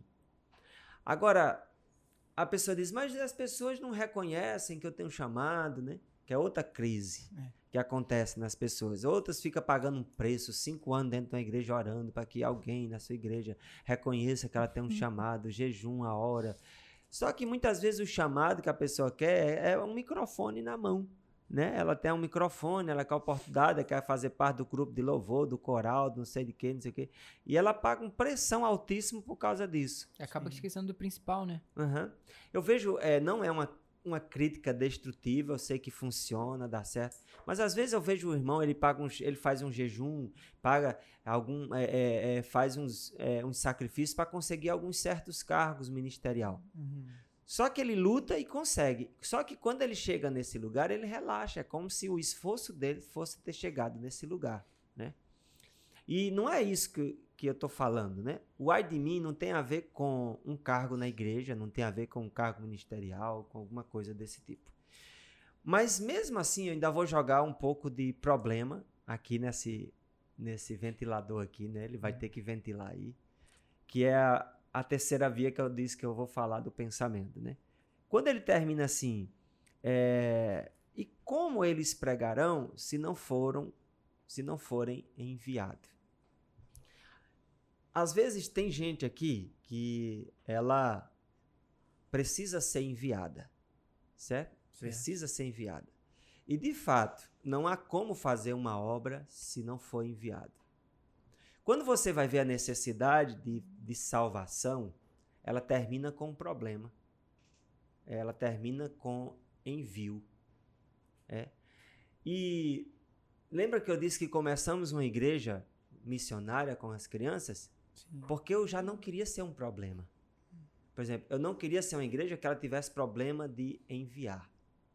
Agora, a pessoa diz, mas as pessoas não reconhecem que eu tenho chamado, né? Que é outra crise. É. que acontece nas pessoas. Outras ficam pagando um preço, cinco anos dentro de uma igreja orando para que alguém na sua igreja reconheça que ela tem um chamado, jejum a hora. Só que muitas vezes o chamado que a pessoa quer é um microfone na mão, né? Ela tem um microfone, ela quer a oportunidade, quer fazer parte do grupo de louvor, do coral, não sei de quê, não sei o quê. E ela paga uma pressão altíssima por causa disso. Acaba esquecendo do principal, né? Uhum. Eu vejo, é, não é uma, uma crítica destrutiva, eu sei que funciona, dá certo, mas às vezes eu vejo o irmão, ele, paga um, ele faz um jejum, paga algum, é, é, é, faz uns, é, uns sacrifícios para conseguir alguns certos cargos ministerial. Uhum. Só que ele luta e consegue. Só que quando ele chega nesse lugar, ele relaxa. É como se o esforço dele fosse ter chegado nesse lugar, né? E não é isso que, que eu estou falando, né? O ai de mim não tem a ver com um cargo na igreja, não tem a ver com um cargo ministerial, com alguma coisa desse tipo. Mas mesmo assim, eu ainda vou jogar um pouco de problema aqui nesse, nesse ventilador aqui, né? Ele vai ter que ventilar aí, que é a a terceira via que eu disse que eu vou falar do pensamento, né? Quando ele termina assim, é, e como eles pregarão se não foram, se não forem enviados? Às vezes tem gente aqui que ela precisa ser enviada, certo? certo? Precisa ser enviada. E de fato, não há como fazer uma obra se não for enviado. Quando você vai ver a necessidade de, de salvação, ela termina com um problema. Ela termina com envio. É. E lembra que eu disse que começamos uma igreja missionária com as crianças? Sim. Porque eu já não queria ser um problema. Por exemplo, eu não queria ser uma igreja que ela tivesse problema de enviar.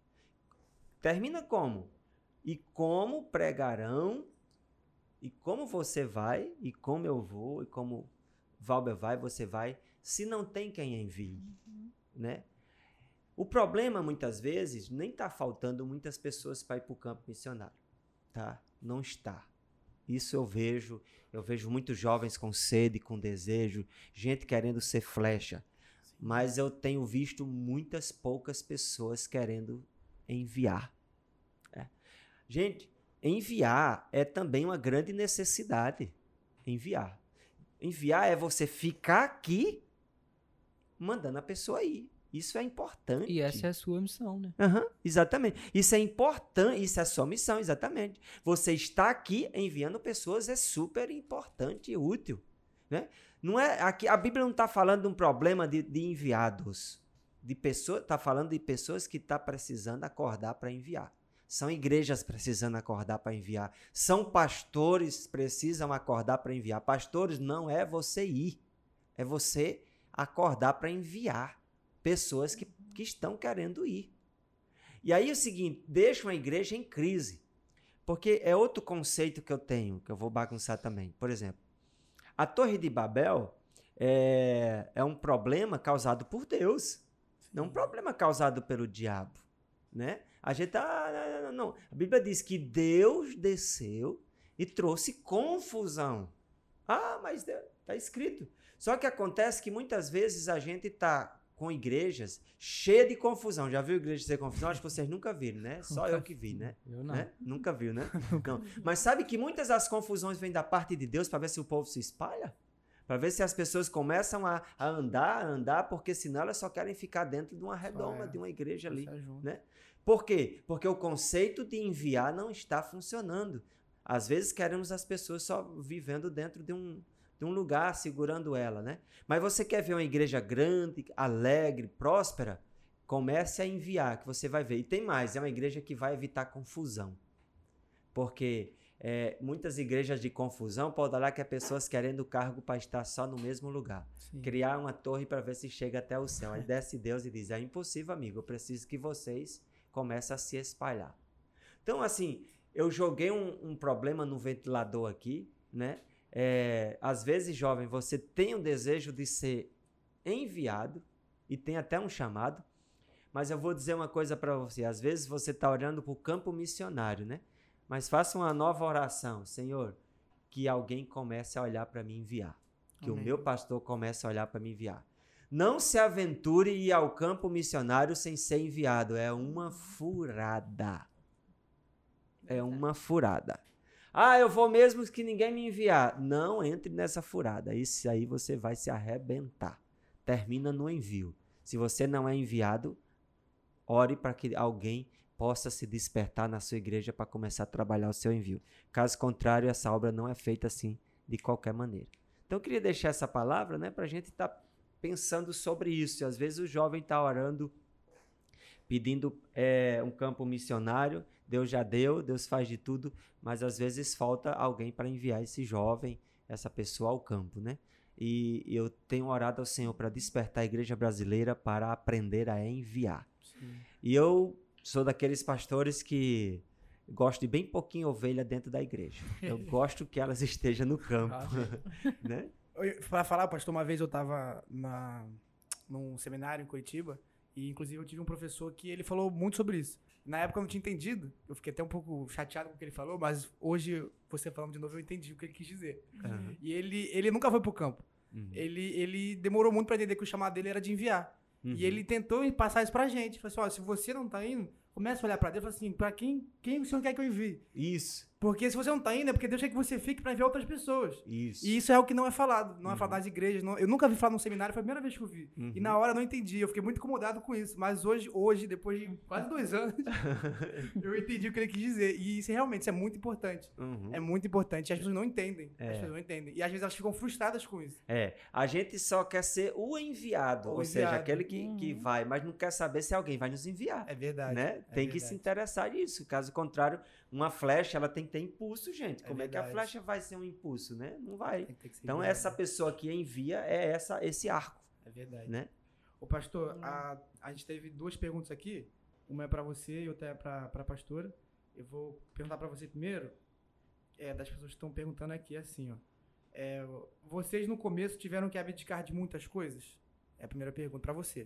Termina como? E como pregarão... E como você vai, e como eu vou, e como Valber vai, você vai, se não tem quem envie, uhum. né? O problema, muitas vezes, nem está faltando muitas pessoas para ir para o campo missionário, tá? Não está. Isso eu vejo, eu vejo muitos jovens com sede, com desejo, gente querendo ser flecha, Sim. mas eu tenho visto muitas poucas pessoas querendo enviar. É. Gente... Enviar é também uma grande necessidade. Enviar. Enviar é você ficar aqui mandando a pessoa ir. Isso é importante. E essa é a sua missão, né? Uhum, exatamente. Isso é importante, isso é a sua missão, exatamente. Você está aqui enviando pessoas é super importante e útil. Né? Não é, aqui, a Bíblia não está falando de um problema de, de enviados. De pessoa, está falando de pessoas que estão precisando acordar para enviar. São igrejas precisando acordar para enviar. São pastores que precisam acordar para enviar. Pastores não é você ir. É você acordar para enviar pessoas que, que estão querendo ir. E aí é o seguinte, deixa uma igreja em crise. Porque é outro conceito que eu tenho, que eu vou bagunçar também. Por exemplo, a Torre de Babel é, é um problema causado por Deus. Não é um problema causado pelo diabo. Né? A gente tá, não, não, não. A Bíblia diz que Deus desceu e trouxe confusão. Ah, mas está escrito. Só que acontece que muitas vezes a gente está com igrejas cheias de confusão. Já viu igreja ser confusão? Acho que vocês nunca viram, né? Só eu que vi, né? Eu não. Né? Nunca viu, né? Não. Mas sabe que muitas das confusões vêm da parte de Deus para ver se o povo se espalha? Para ver se as pessoas começam a, a andar, a andar, porque senão elas só querem ficar dentro de uma redoma, é. de uma igreja ali, né? Por quê? Porque o conceito de enviar não está funcionando. Às vezes queremos as pessoas só vivendo dentro de um, de um lugar, segurando ela, né? Mas você quer ver uma igreja grande, alegre, próspera? Comece a enviar, que você vai ver. E tem mais, é uma igreja que vai evitar confusão. Porque é, muitas igrejas de confusão podem olhar que é pessoas querendo cargo para estar só no mesmo lugar. Sim. Criar uma torre para ver se chega até o céu. Aí desce Deus e diz, é impossível, amigo, eu preciso que vocês comecem a se espalhar. Então, assim, eu joguei um, um problema no ventilador aqui, né? É, às vezes, jovem, você tem um desejo de ser enviado e tem até um chamado, mas eu vou dizer uma coisa para você. Às vezes você está olhando para o campo missionário, né? Mas faça uma nova oração. Senhor, que alguém comece a olhar para me enviar. Que Amém. O meu pastor comece a olhar para me enviar. Não se aventure e ir ao campo missionário sem ser enviado. É uma furada. é uma furada. Ah, eu vou mesmo que ninguém me enviar. Não entre nessa furada. Isso aí você vai se arrebentar. Termina no envio. Se você não é enviado, ore para que alguém possa se despertar na sua igreja para começar a trabalhar o seu envio. Caso contrário, essa obra não é feita assim de qualquer maneira. Então eu queria deixar essa palavra, né, para a gente estar tá pensando sobre isso. E às vezes o jovem está orando, pedindo é, um campo missionário. Deus já deu, Deus faz de tudo, mas às vezes falta alguém para enviar esse jovem, essa pessoa ao campo, né? E eu tenho orado ao Senhor para despertar a igreja brasileira para aprender a enviar. Sim. E eu sou daqueles pastores que gosto de bem pouquinho ovelha dentro da igreja. Eu gosto que elas estejam no campo, né? Para falar, pastor, uma vez eu estava num seminário em Curitiba e, inclusive, eu tive um professor que ele falou muito sobre isso. Na época eu não tinha entendido, eu fiquei até um pouco chateado com o que ele falou, mas hoje, você falando de novo, eu entendi o que ele quis dizer. Uhum. E ele, ele nunca foi pro campo. Uhum. Ele, ele demorou muito para entender que o chamado dele era de enviar. Uhum. E ele tentou passar isso pra gente. Falou assim, ó, se você não tá indo, começa a olhar pra Deus e fala assim, pra quem, quem o Senhor quer que eu envie? Isso. Porque se você não tá indo, é porque Deus quer que você fique pra enviar outras pessoas. Isso. E isso é algo que não é falado. Não uhum. é falado nas igrejas. Não, eu nunca vi falar num seminário, foi a primeira vez que eu vi. Uhum. E na hora eu não entendi. Eu fiquei muito incomodado com isso. Mas hoje, hoje depois de quase dois anos, eu entendi o que ele quis dizer. E isso realmente isso é muito importante. Uhum. É muito importante. E as pessoas não entendem. É. As pessoas não entendem. E às vezes elas ficam frustradas com isso. É. A gente só quer ser o enviado. O ou enviado. seja, aquele que, uhum. que vai, mas não quer saber se alguém vai nos enviar. É verdade. Né? É tem verdade. que se interessar nisso. Caso contrário, uma flecha, ela tem que ter impulso, gente. Como é, é que a flecha vai ser um impulso, né? Não vai. Tem que ter que ser então, enviado. Essa pessoa que envia é essa, esse arco. É verdade. Né? Ô, pastor, a, a gente teve duas perguntas aqui. Uma é para você e outra é para a pastora. Eu vou perguntar para você primeiro. É, das pessoas que estão perguntando aqui, assim, ó. É, vocês, no começo, tiveram que abdicar de muitas coisas? É a primeira pergunta para você.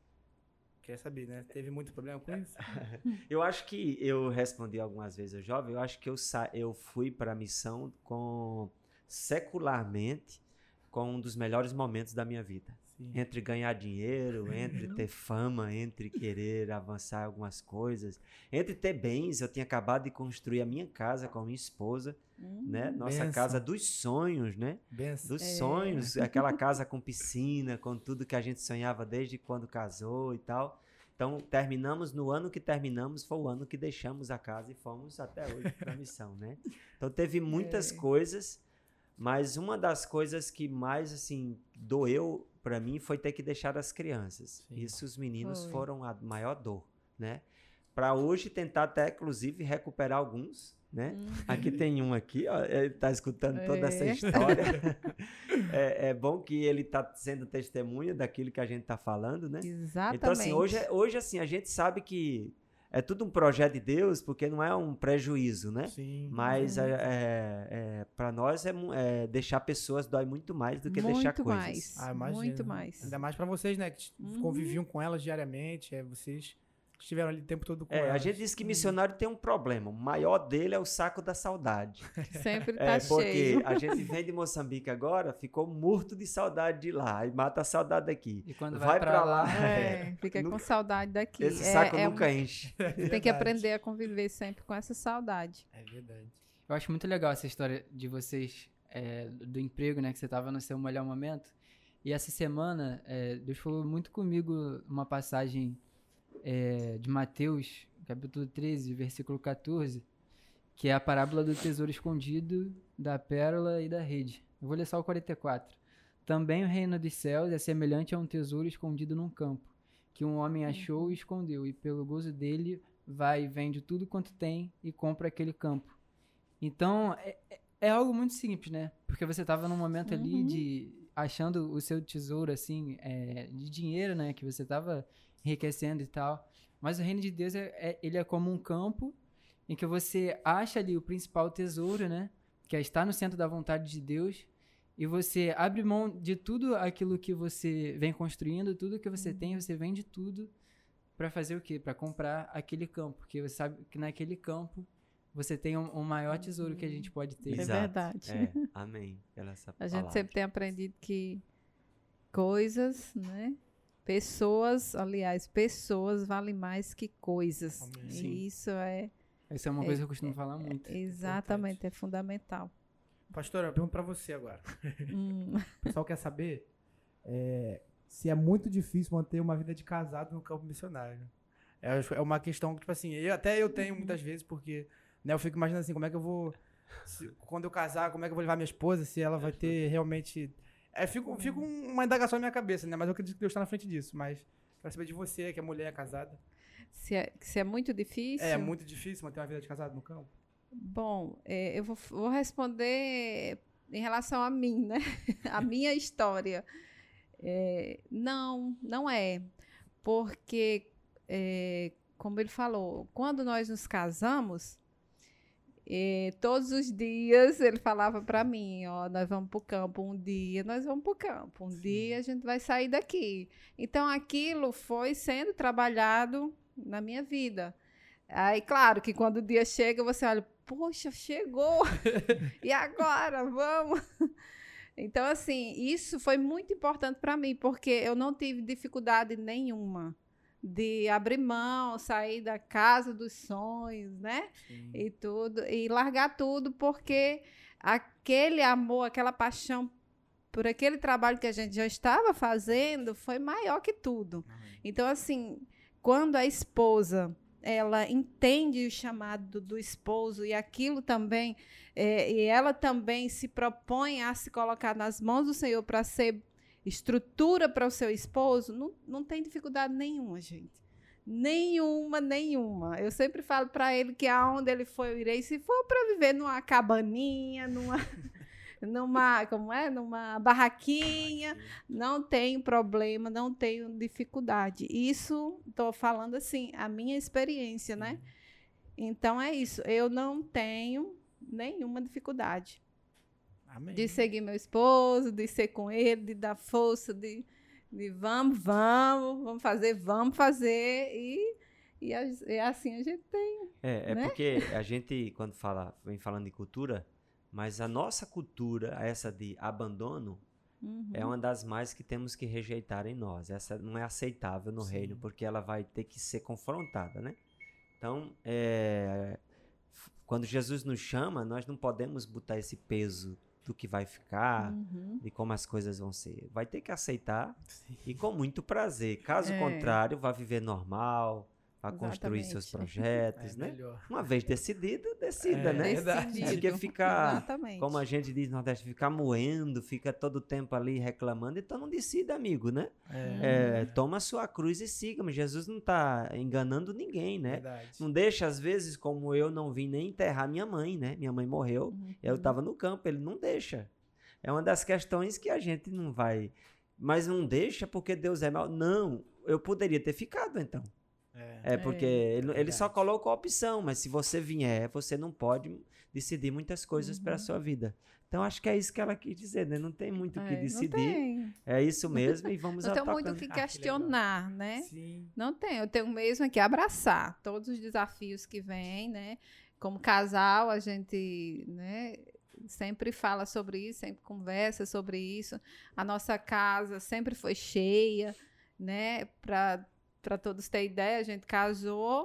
Quer saber, né? Teve muito problema com isso? Eu acho que eu respondi algumas vezes ao jovem, eu acho que eu, sa- eu fui para a missão com, secularmente, com um dos melhores momentos da minha vida. Sim. Entre ganhar dinheiro, entre ter fama, entre querer avançar algumas coisas, entre ter bens. Eu tinha acabado de construir a minha casa com a minha esposa, hum, né? Nossa benção. Casa dos sonhos, né? Benção. Dos é. sonhos, aquela casa com piscina, com tudo que a gente sonhava desde quando casou e tal. Então, terminamos, no ano que terminamos, foi o ano que deixamos a casa e fomos até hoje para a missão, né? Então, teve muitas é. coisas, mas uma das coisas que mais, assim, doeu para mim foi ter que deixar as crianças. Sim. Isso, os meninos foi. foram a maior dor, né? Para hoje tentar até, inclusive, recuperar alguns, né? Hum. Aqui tem um aqui, ó, ele tá escutando é. toda essa história. é, é bom que ele tá sendo testemunha daquilo que a gente tá falando, né? Exatamente. Então, assim, hoje, hoje, assim, a gente sabe que é tudo um projeto de Deus, porque não é um prejuízo, né? Sim. Mas é, é, é, para nós é, é deixar pessoas dói muito mais do que muito deixar coisas. Mais. Ah, imagino. Muito mais. Ainda mais para vocês, né? Que uhum. conviviam com elas diariamente, é, vocês estiveram ali o tempo todo com é, elas. A gente diz que missionário tem um problema. O maior dele é o saco da saudade. Sempre tá é, porque cheio. Porque a gente vem de Moçambique agora, ficou morto de saudade de lá. E mata a saudade daqui. E quando vai, vai pra lá... lá é, fica nunca, com saudade daqui. Esse é, saco é nunca um, enche. É tem que aprender a conviver sempre com essa saudade. É verdade. Eu acho muito legal essa história de vocês, é, do emprego, né? Que você tava no seu melhor momento. E essa semana, é, Deus falou muito comigo uma passagem... É, de Mateus, capítulo treze, versículo catorze, que é a parábola do tesouro escondido, da pérola e da rede. Eu vou ler só o quarenta e quatro. Também o reino dos céus é semelhante a um tesouro escondido num campo, que um homem achou e escondeu, e pelo gozo dele vai e vende tudo quanto tem e compra aquele campo. Então, é, é algo muito simples, né? Porque você estava num momento uhum. ali de achando o seu tesouro, assim, é, de dinheiro, né? Que você estava enriquecendo e tal, mas o reino de Deus é, é, ele é como um campo em que você acha ali o principal tesouro, né, que é estar no centro da vontade de Deus, e você abre mão de tudo aquilo que você vem construindo, tudo que você uhum. tem, você vende tudo para fazer o quê? Para comprar aquele campo, porque você sabe que naquele campo você tem um, um maior tesouro que a gente pode ter. É Exato. verdade. É. Amém. Essa a gente sempre tem aprendido que coisas, né, pessoas, aliás, pessoas valem mais que coisas. Sim. E isso é, Essa é uma coisa que eu costumo falar muito. Exatamente, é fundamental. Pastora, eu pergunto pra você agora. Hum. O pessoal quer saber é, se é muito difícil manter uma vida de casado no campo missionário. É, é uma questão que, tipo assim, eu, até eu tenho muitas vezes, porque né, eu fico imaginando assim, como é que eu vou... Se, quando eu casar, como é que eu vou levar minha esposa, se ela vai ter realmente... É, fico, fico uma indagação na minha cabeça, né? Mas eu acredito que Deus está na frente disso. Mas quero saber de você, que é mulher casada. Se é, se é muito difícil? É muito difícil manter uma vida de casado no campo? Bom, é, eu vou, vou responder em relação a mim, né? A minha história. É, não, não é. Porque, é, como ele falou, quando nós nos casamos, é, todos os dias ele falava para mim, ó, nós vamos para o campo um dia, nós vamos para o campo, um Sim. dia a gente vai sair daqui. Então, aquilo foi sendo trabalhado na minha vida. Aí, claro, que quando o dia chega, você olha, poxa, chegou! E agora? Vamos! Então, assim, isso foi muito importante para mim, porque eu não tive dificuldade nenhuma de abrir mão, sair da casa dos sonhos, né? Sim. E tudo, e largar tudo, porque aquele amor, aquela paixão por aquele trabalho que a gente já estava fazendo foi maior que tudo. Amém. Então, assim, quando a esposa ela entende o chamado do, do esposo e aquilo também, é, e ela também se propõe a se colocar nas mãos do Senhor para ser estrutura para o seu esposo, não, não tem dificuldade nenhuma, gente. Nenhuma, nenhuma. Eu sempre falo para ele que aonde ele for, eu irei. Se for para viver numa cabaninha, numa... numa, como é? Numa barraquinha, não tenho problema, não tenho dificuldade. Isso, estou falando assim, a minha experiência, né? Então, é isso. Eu não tenho nenhuma dificuldade. Amém. De seguir meu esposo, de ser com ele, de dar força, de, de vamos, vamos, vamos fazer, vamos fazer. E, e, a, e assim a gente tem. É, é né? Porque a gente, quando fala, vem falando de cultura... Mas a nossa cultura, essa de abandono, uhum. é uma das mais que temos que rejeitar em nós. Essa não é aceitável no Sim. reino, porque ela vai ter que ser confrontada, né? Então, é, quando Jesus nos chama, nós não podemos botar esse peso do que vai ficar, uhum. de como as coisas vão ser. Vai ter que aceitar Sim. e com muito prazer. Caso é. contrário, vai viver normal... a construir seus projetos, é né? Melhor. Uma vez decidido, decida, é, né? Decidido. Porque ficar, Exatamente. como a gente diz no Nordeste, ficar moendo, fica todo o tempo ali reclamando, então não decida, amigo, né? É. É, toma a sua cruz e siga, mas Jesus não está enganando ninguém, né? Verdade. Não deixa, às vezes, como eu não vim nem enterrar minha mãe, né? Minha mãe morreu, uhum. eu estava no campo, ele não deixa. É uma das questões que a gente não vai... Mas não deixa porque Deus é mau. Não, eu poderia ter ficado, então. É, é porque é, ele, ele só coloca a opção, mas se você vier, você não pode decidir muitas coisas uhum. para a sua vida. Então, acho que é isso que ela quis dizer, né? Não tem muito o é, que decidir. É isso mesmo e vamos Não atacando. tem muito o que questionar, ah, que né? Sim. Não tem. Eu tenho mesmo que abraçar todos os desafios que vêm, né? Como casal, a gente, né, sempre fala sobre isso, sempre conversa sobre isso. A nossa casa sempre foi cheia, né? Para Para todos terem ideia, a gente casou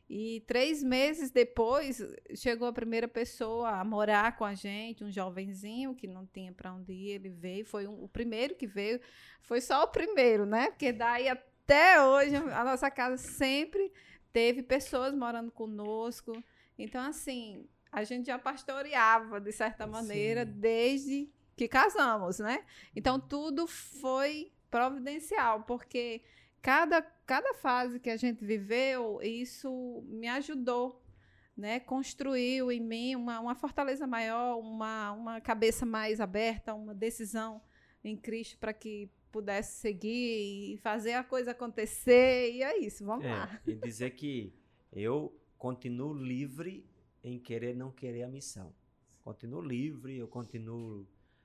e três meses depois chegou a primeira pessoa a morar com a gente, um jovenzinho que não tinha para onde ir, ele veio, foi um, o primeiro que veio, foi só o primeiro, né? Porque daí até hoje a nossa casa sempre teve pessoas morando conosco. Então, assim, a gente já pastoreava, de certa maneira, Sim. desde que casamos, né? Então, tudo foi providencial, porque... Cada, cada fase que a gente viveu, isso me ajudou, né? Construiu em mim uma, uma fortaleza maior, uma, uma cabeça mais aberta, uma decisão em Cristo para que pudesse seguir e fazer a coisa acontecer. E é isso, vamos é, lá. E dizer que eu continuo livre em querer não querer a missão. Continuo livre, eu continuo...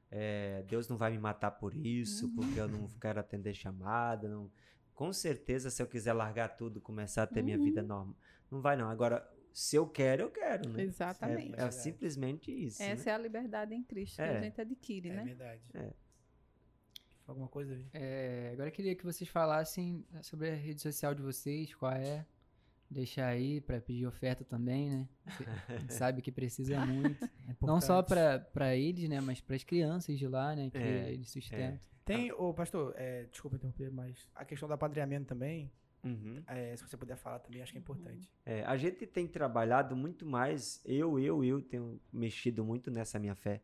É, Deus não vai me matar por isso, uhum. porque eu não quero atender chamada, não... Com certeza, se eu quiser largar tudo, começar a ter uhum. minha vida normal, não vai não. Agora, se eu quero, eu quero, né? Exatamente. É, é simplesmente isso. Essa né? é a liberdade em Cristo é. que a gente adquire, é né? Verdade. É verdade. Alguma coisa? É, agora eu queria que vocês falassem sobre a rede social de vocês, qual é, deixar aí para pedir oferta também, né? A gente sabe que precisa muito. É Não só importante. para eles, né? Mas para as crianças de lá, né? Que É, eles sustentam. Tem, ô pastor, é, desculpa interromper, mas a questão do apadrinhamento também, Uhum. é, se você puder falar também, acho que é importante. É, a gente tem trabalhado muito mais, eu, eu, eu tenho mexido muito nessa minha fé.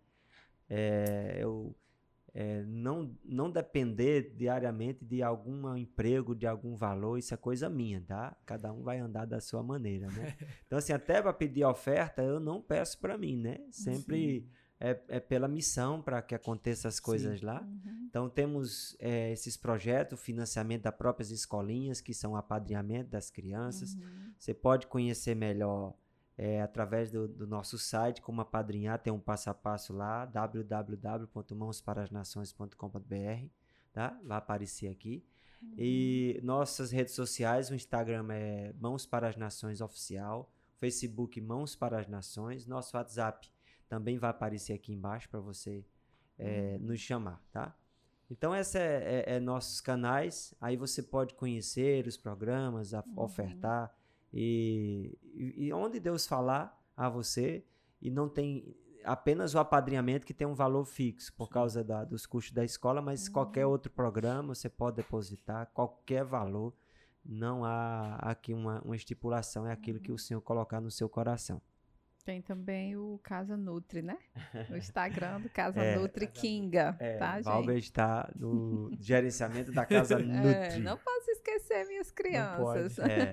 É, eu é, não, não depender diariamente de algum emprego, de algum valor, isso é coisa minha, tá? Cada um vai andar da sua maneira, né? Então, assim, até para pedir oferta, eu não peço para mim, né? Sempre é, é pela missão para que aconteça as coisas lá. Uhum. Então, temos é, esses projetos, financiamento das próprias escolinhas, que são apadrinhamento das crianças. Uhum. Você pode conhecer melhor é, através do, do nosso site, como apadrinhar, tem um passo a passo lá, w w w ponto mãos para as nações ponto com ponto b r, tá? Vai aparecer aqui. Uhum. E nossas redes sociais, o Instagram é Mãos para as Nações Oficial, Facebook Mãos para as Nações, nosso WhatsApp também vai aparecer aqui embaixo para você é, Uhum. nos chamar, tá? Então, esses é, é, é nossos canais, aí você pode conhecer os programas, a, Uhum. ofertar, e, e, e onde Deus falar a você, e não tem apenas o apadrinhamento que tem um valor fixo por causa da, dos custos da escola, mas Uhum. qualquer outro programa você pode depositar, qualquer valor, não há aqui uma, uma estipulação, é aquilo que o Senhor colocar no seu coração. Tem também o Casa Nutri, né? O Instagram do Casa É, Nutri Kinga, É, tá, Valber gente? está no gerenciamento da Casa Nutri. É, não posso esquecer minhas crianças. pode. É,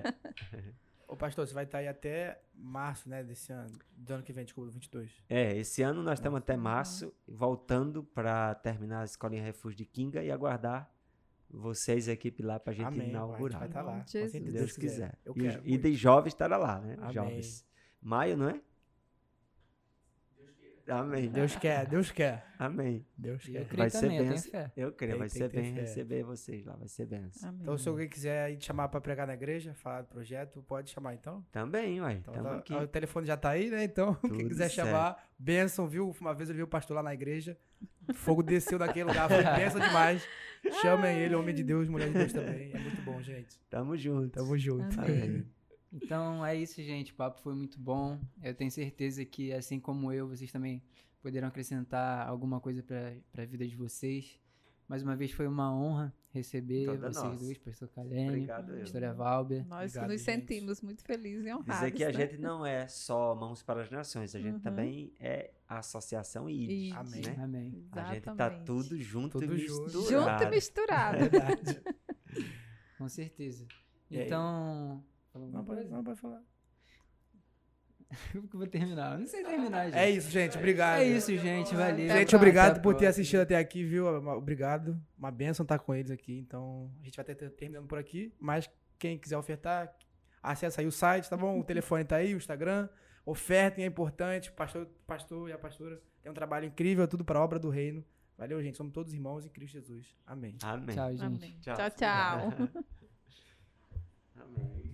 Ô pastor, você vai estar aí até março, né, desse ano, do ano que vem, desculpa, vinte e dois. é, esse ano nós estamos até Uhum. março, voltando para terminar a Escolinha Refúgio de Kinga e aguardar vocês, a equipe lá, para a gente Amém, pai, a gente inaugurar. vai estar lá, Jesus. com certeza, Se Deus quiser. Eu E, quero os- e muito. de jovens estará lá, né? Amém. Jovens. Maio, não é? Amém. Deus quer, Deus quer, Amém. Deus E quer. eu creio Vai ser também, eu tenho benção. fé. Eu creio, Tem- vai tem ser que ter bem fé. receber vocês lá, vai ser benção. Amém. Então, se alguém quiser aí te chamar para pregar na igreja, falar do projeto, pode chamar então. Também, uai, Então, estamos tá- aqui. o telefone já tá aí, né? Então, quem Tudo quiser certo. chamar, bênção, viu? Uma vez eu vi o pastor lá na igreja, fogo desceu daquele lugar, foi bênção demais. Chamem ele, homem de Deus, mulher de Deus também. É muito bom, gente. Tamo junto. Tamo junto. Amém. Amém. Então é isso, gente. O papo foi muito bom. Eu tenho certeza que, assim como eu, vocês também poderão acrescentar alguma coisa para a vida de vocês. Mais uma vez foi uma honra receber Toda vocês nossa. dois, pastor Kalene, Obrigado, eu. pastora Valber. Nós Obrigado, nos gente. sentimos muito felizes e honrados. Dizer que a né? gente não é só Mãos para as Nações, a gente Uhum. também é a Associação I D. I D. Amém. Né? Amém. A gente tá Exatamente. tudo junto Tudo e junto. misturado. Junto e misturado. Verdade. Com certeza. E aí? Então. Fala alguma Não, pode, coisa? não, pode falar. Como que eu vou terminar? Eu não sei terminar, gente. É isso, gente. Obrigado. É isso, gente. Valeu. Gente, Até obrigado a por ter próxima. assistido até aqui, viu? Obrigado. Uma bênção estar com eles aqui. Então, a gente vai ter terminando por aqui. Mas quem quiser ofertar, acessa aí o site, tá bom? O telefone tá aí, o Instagram. Ofertem, é importante. O pastor, pastor e a pastora tem um trabalho incrível, tudo para a obra do reino. Valeu, gente. Somos todos irmãos em Cristo Jesus. Amém. Amém. Tchau, gente. Amém. Tchau. Tchau, tchau. Amém.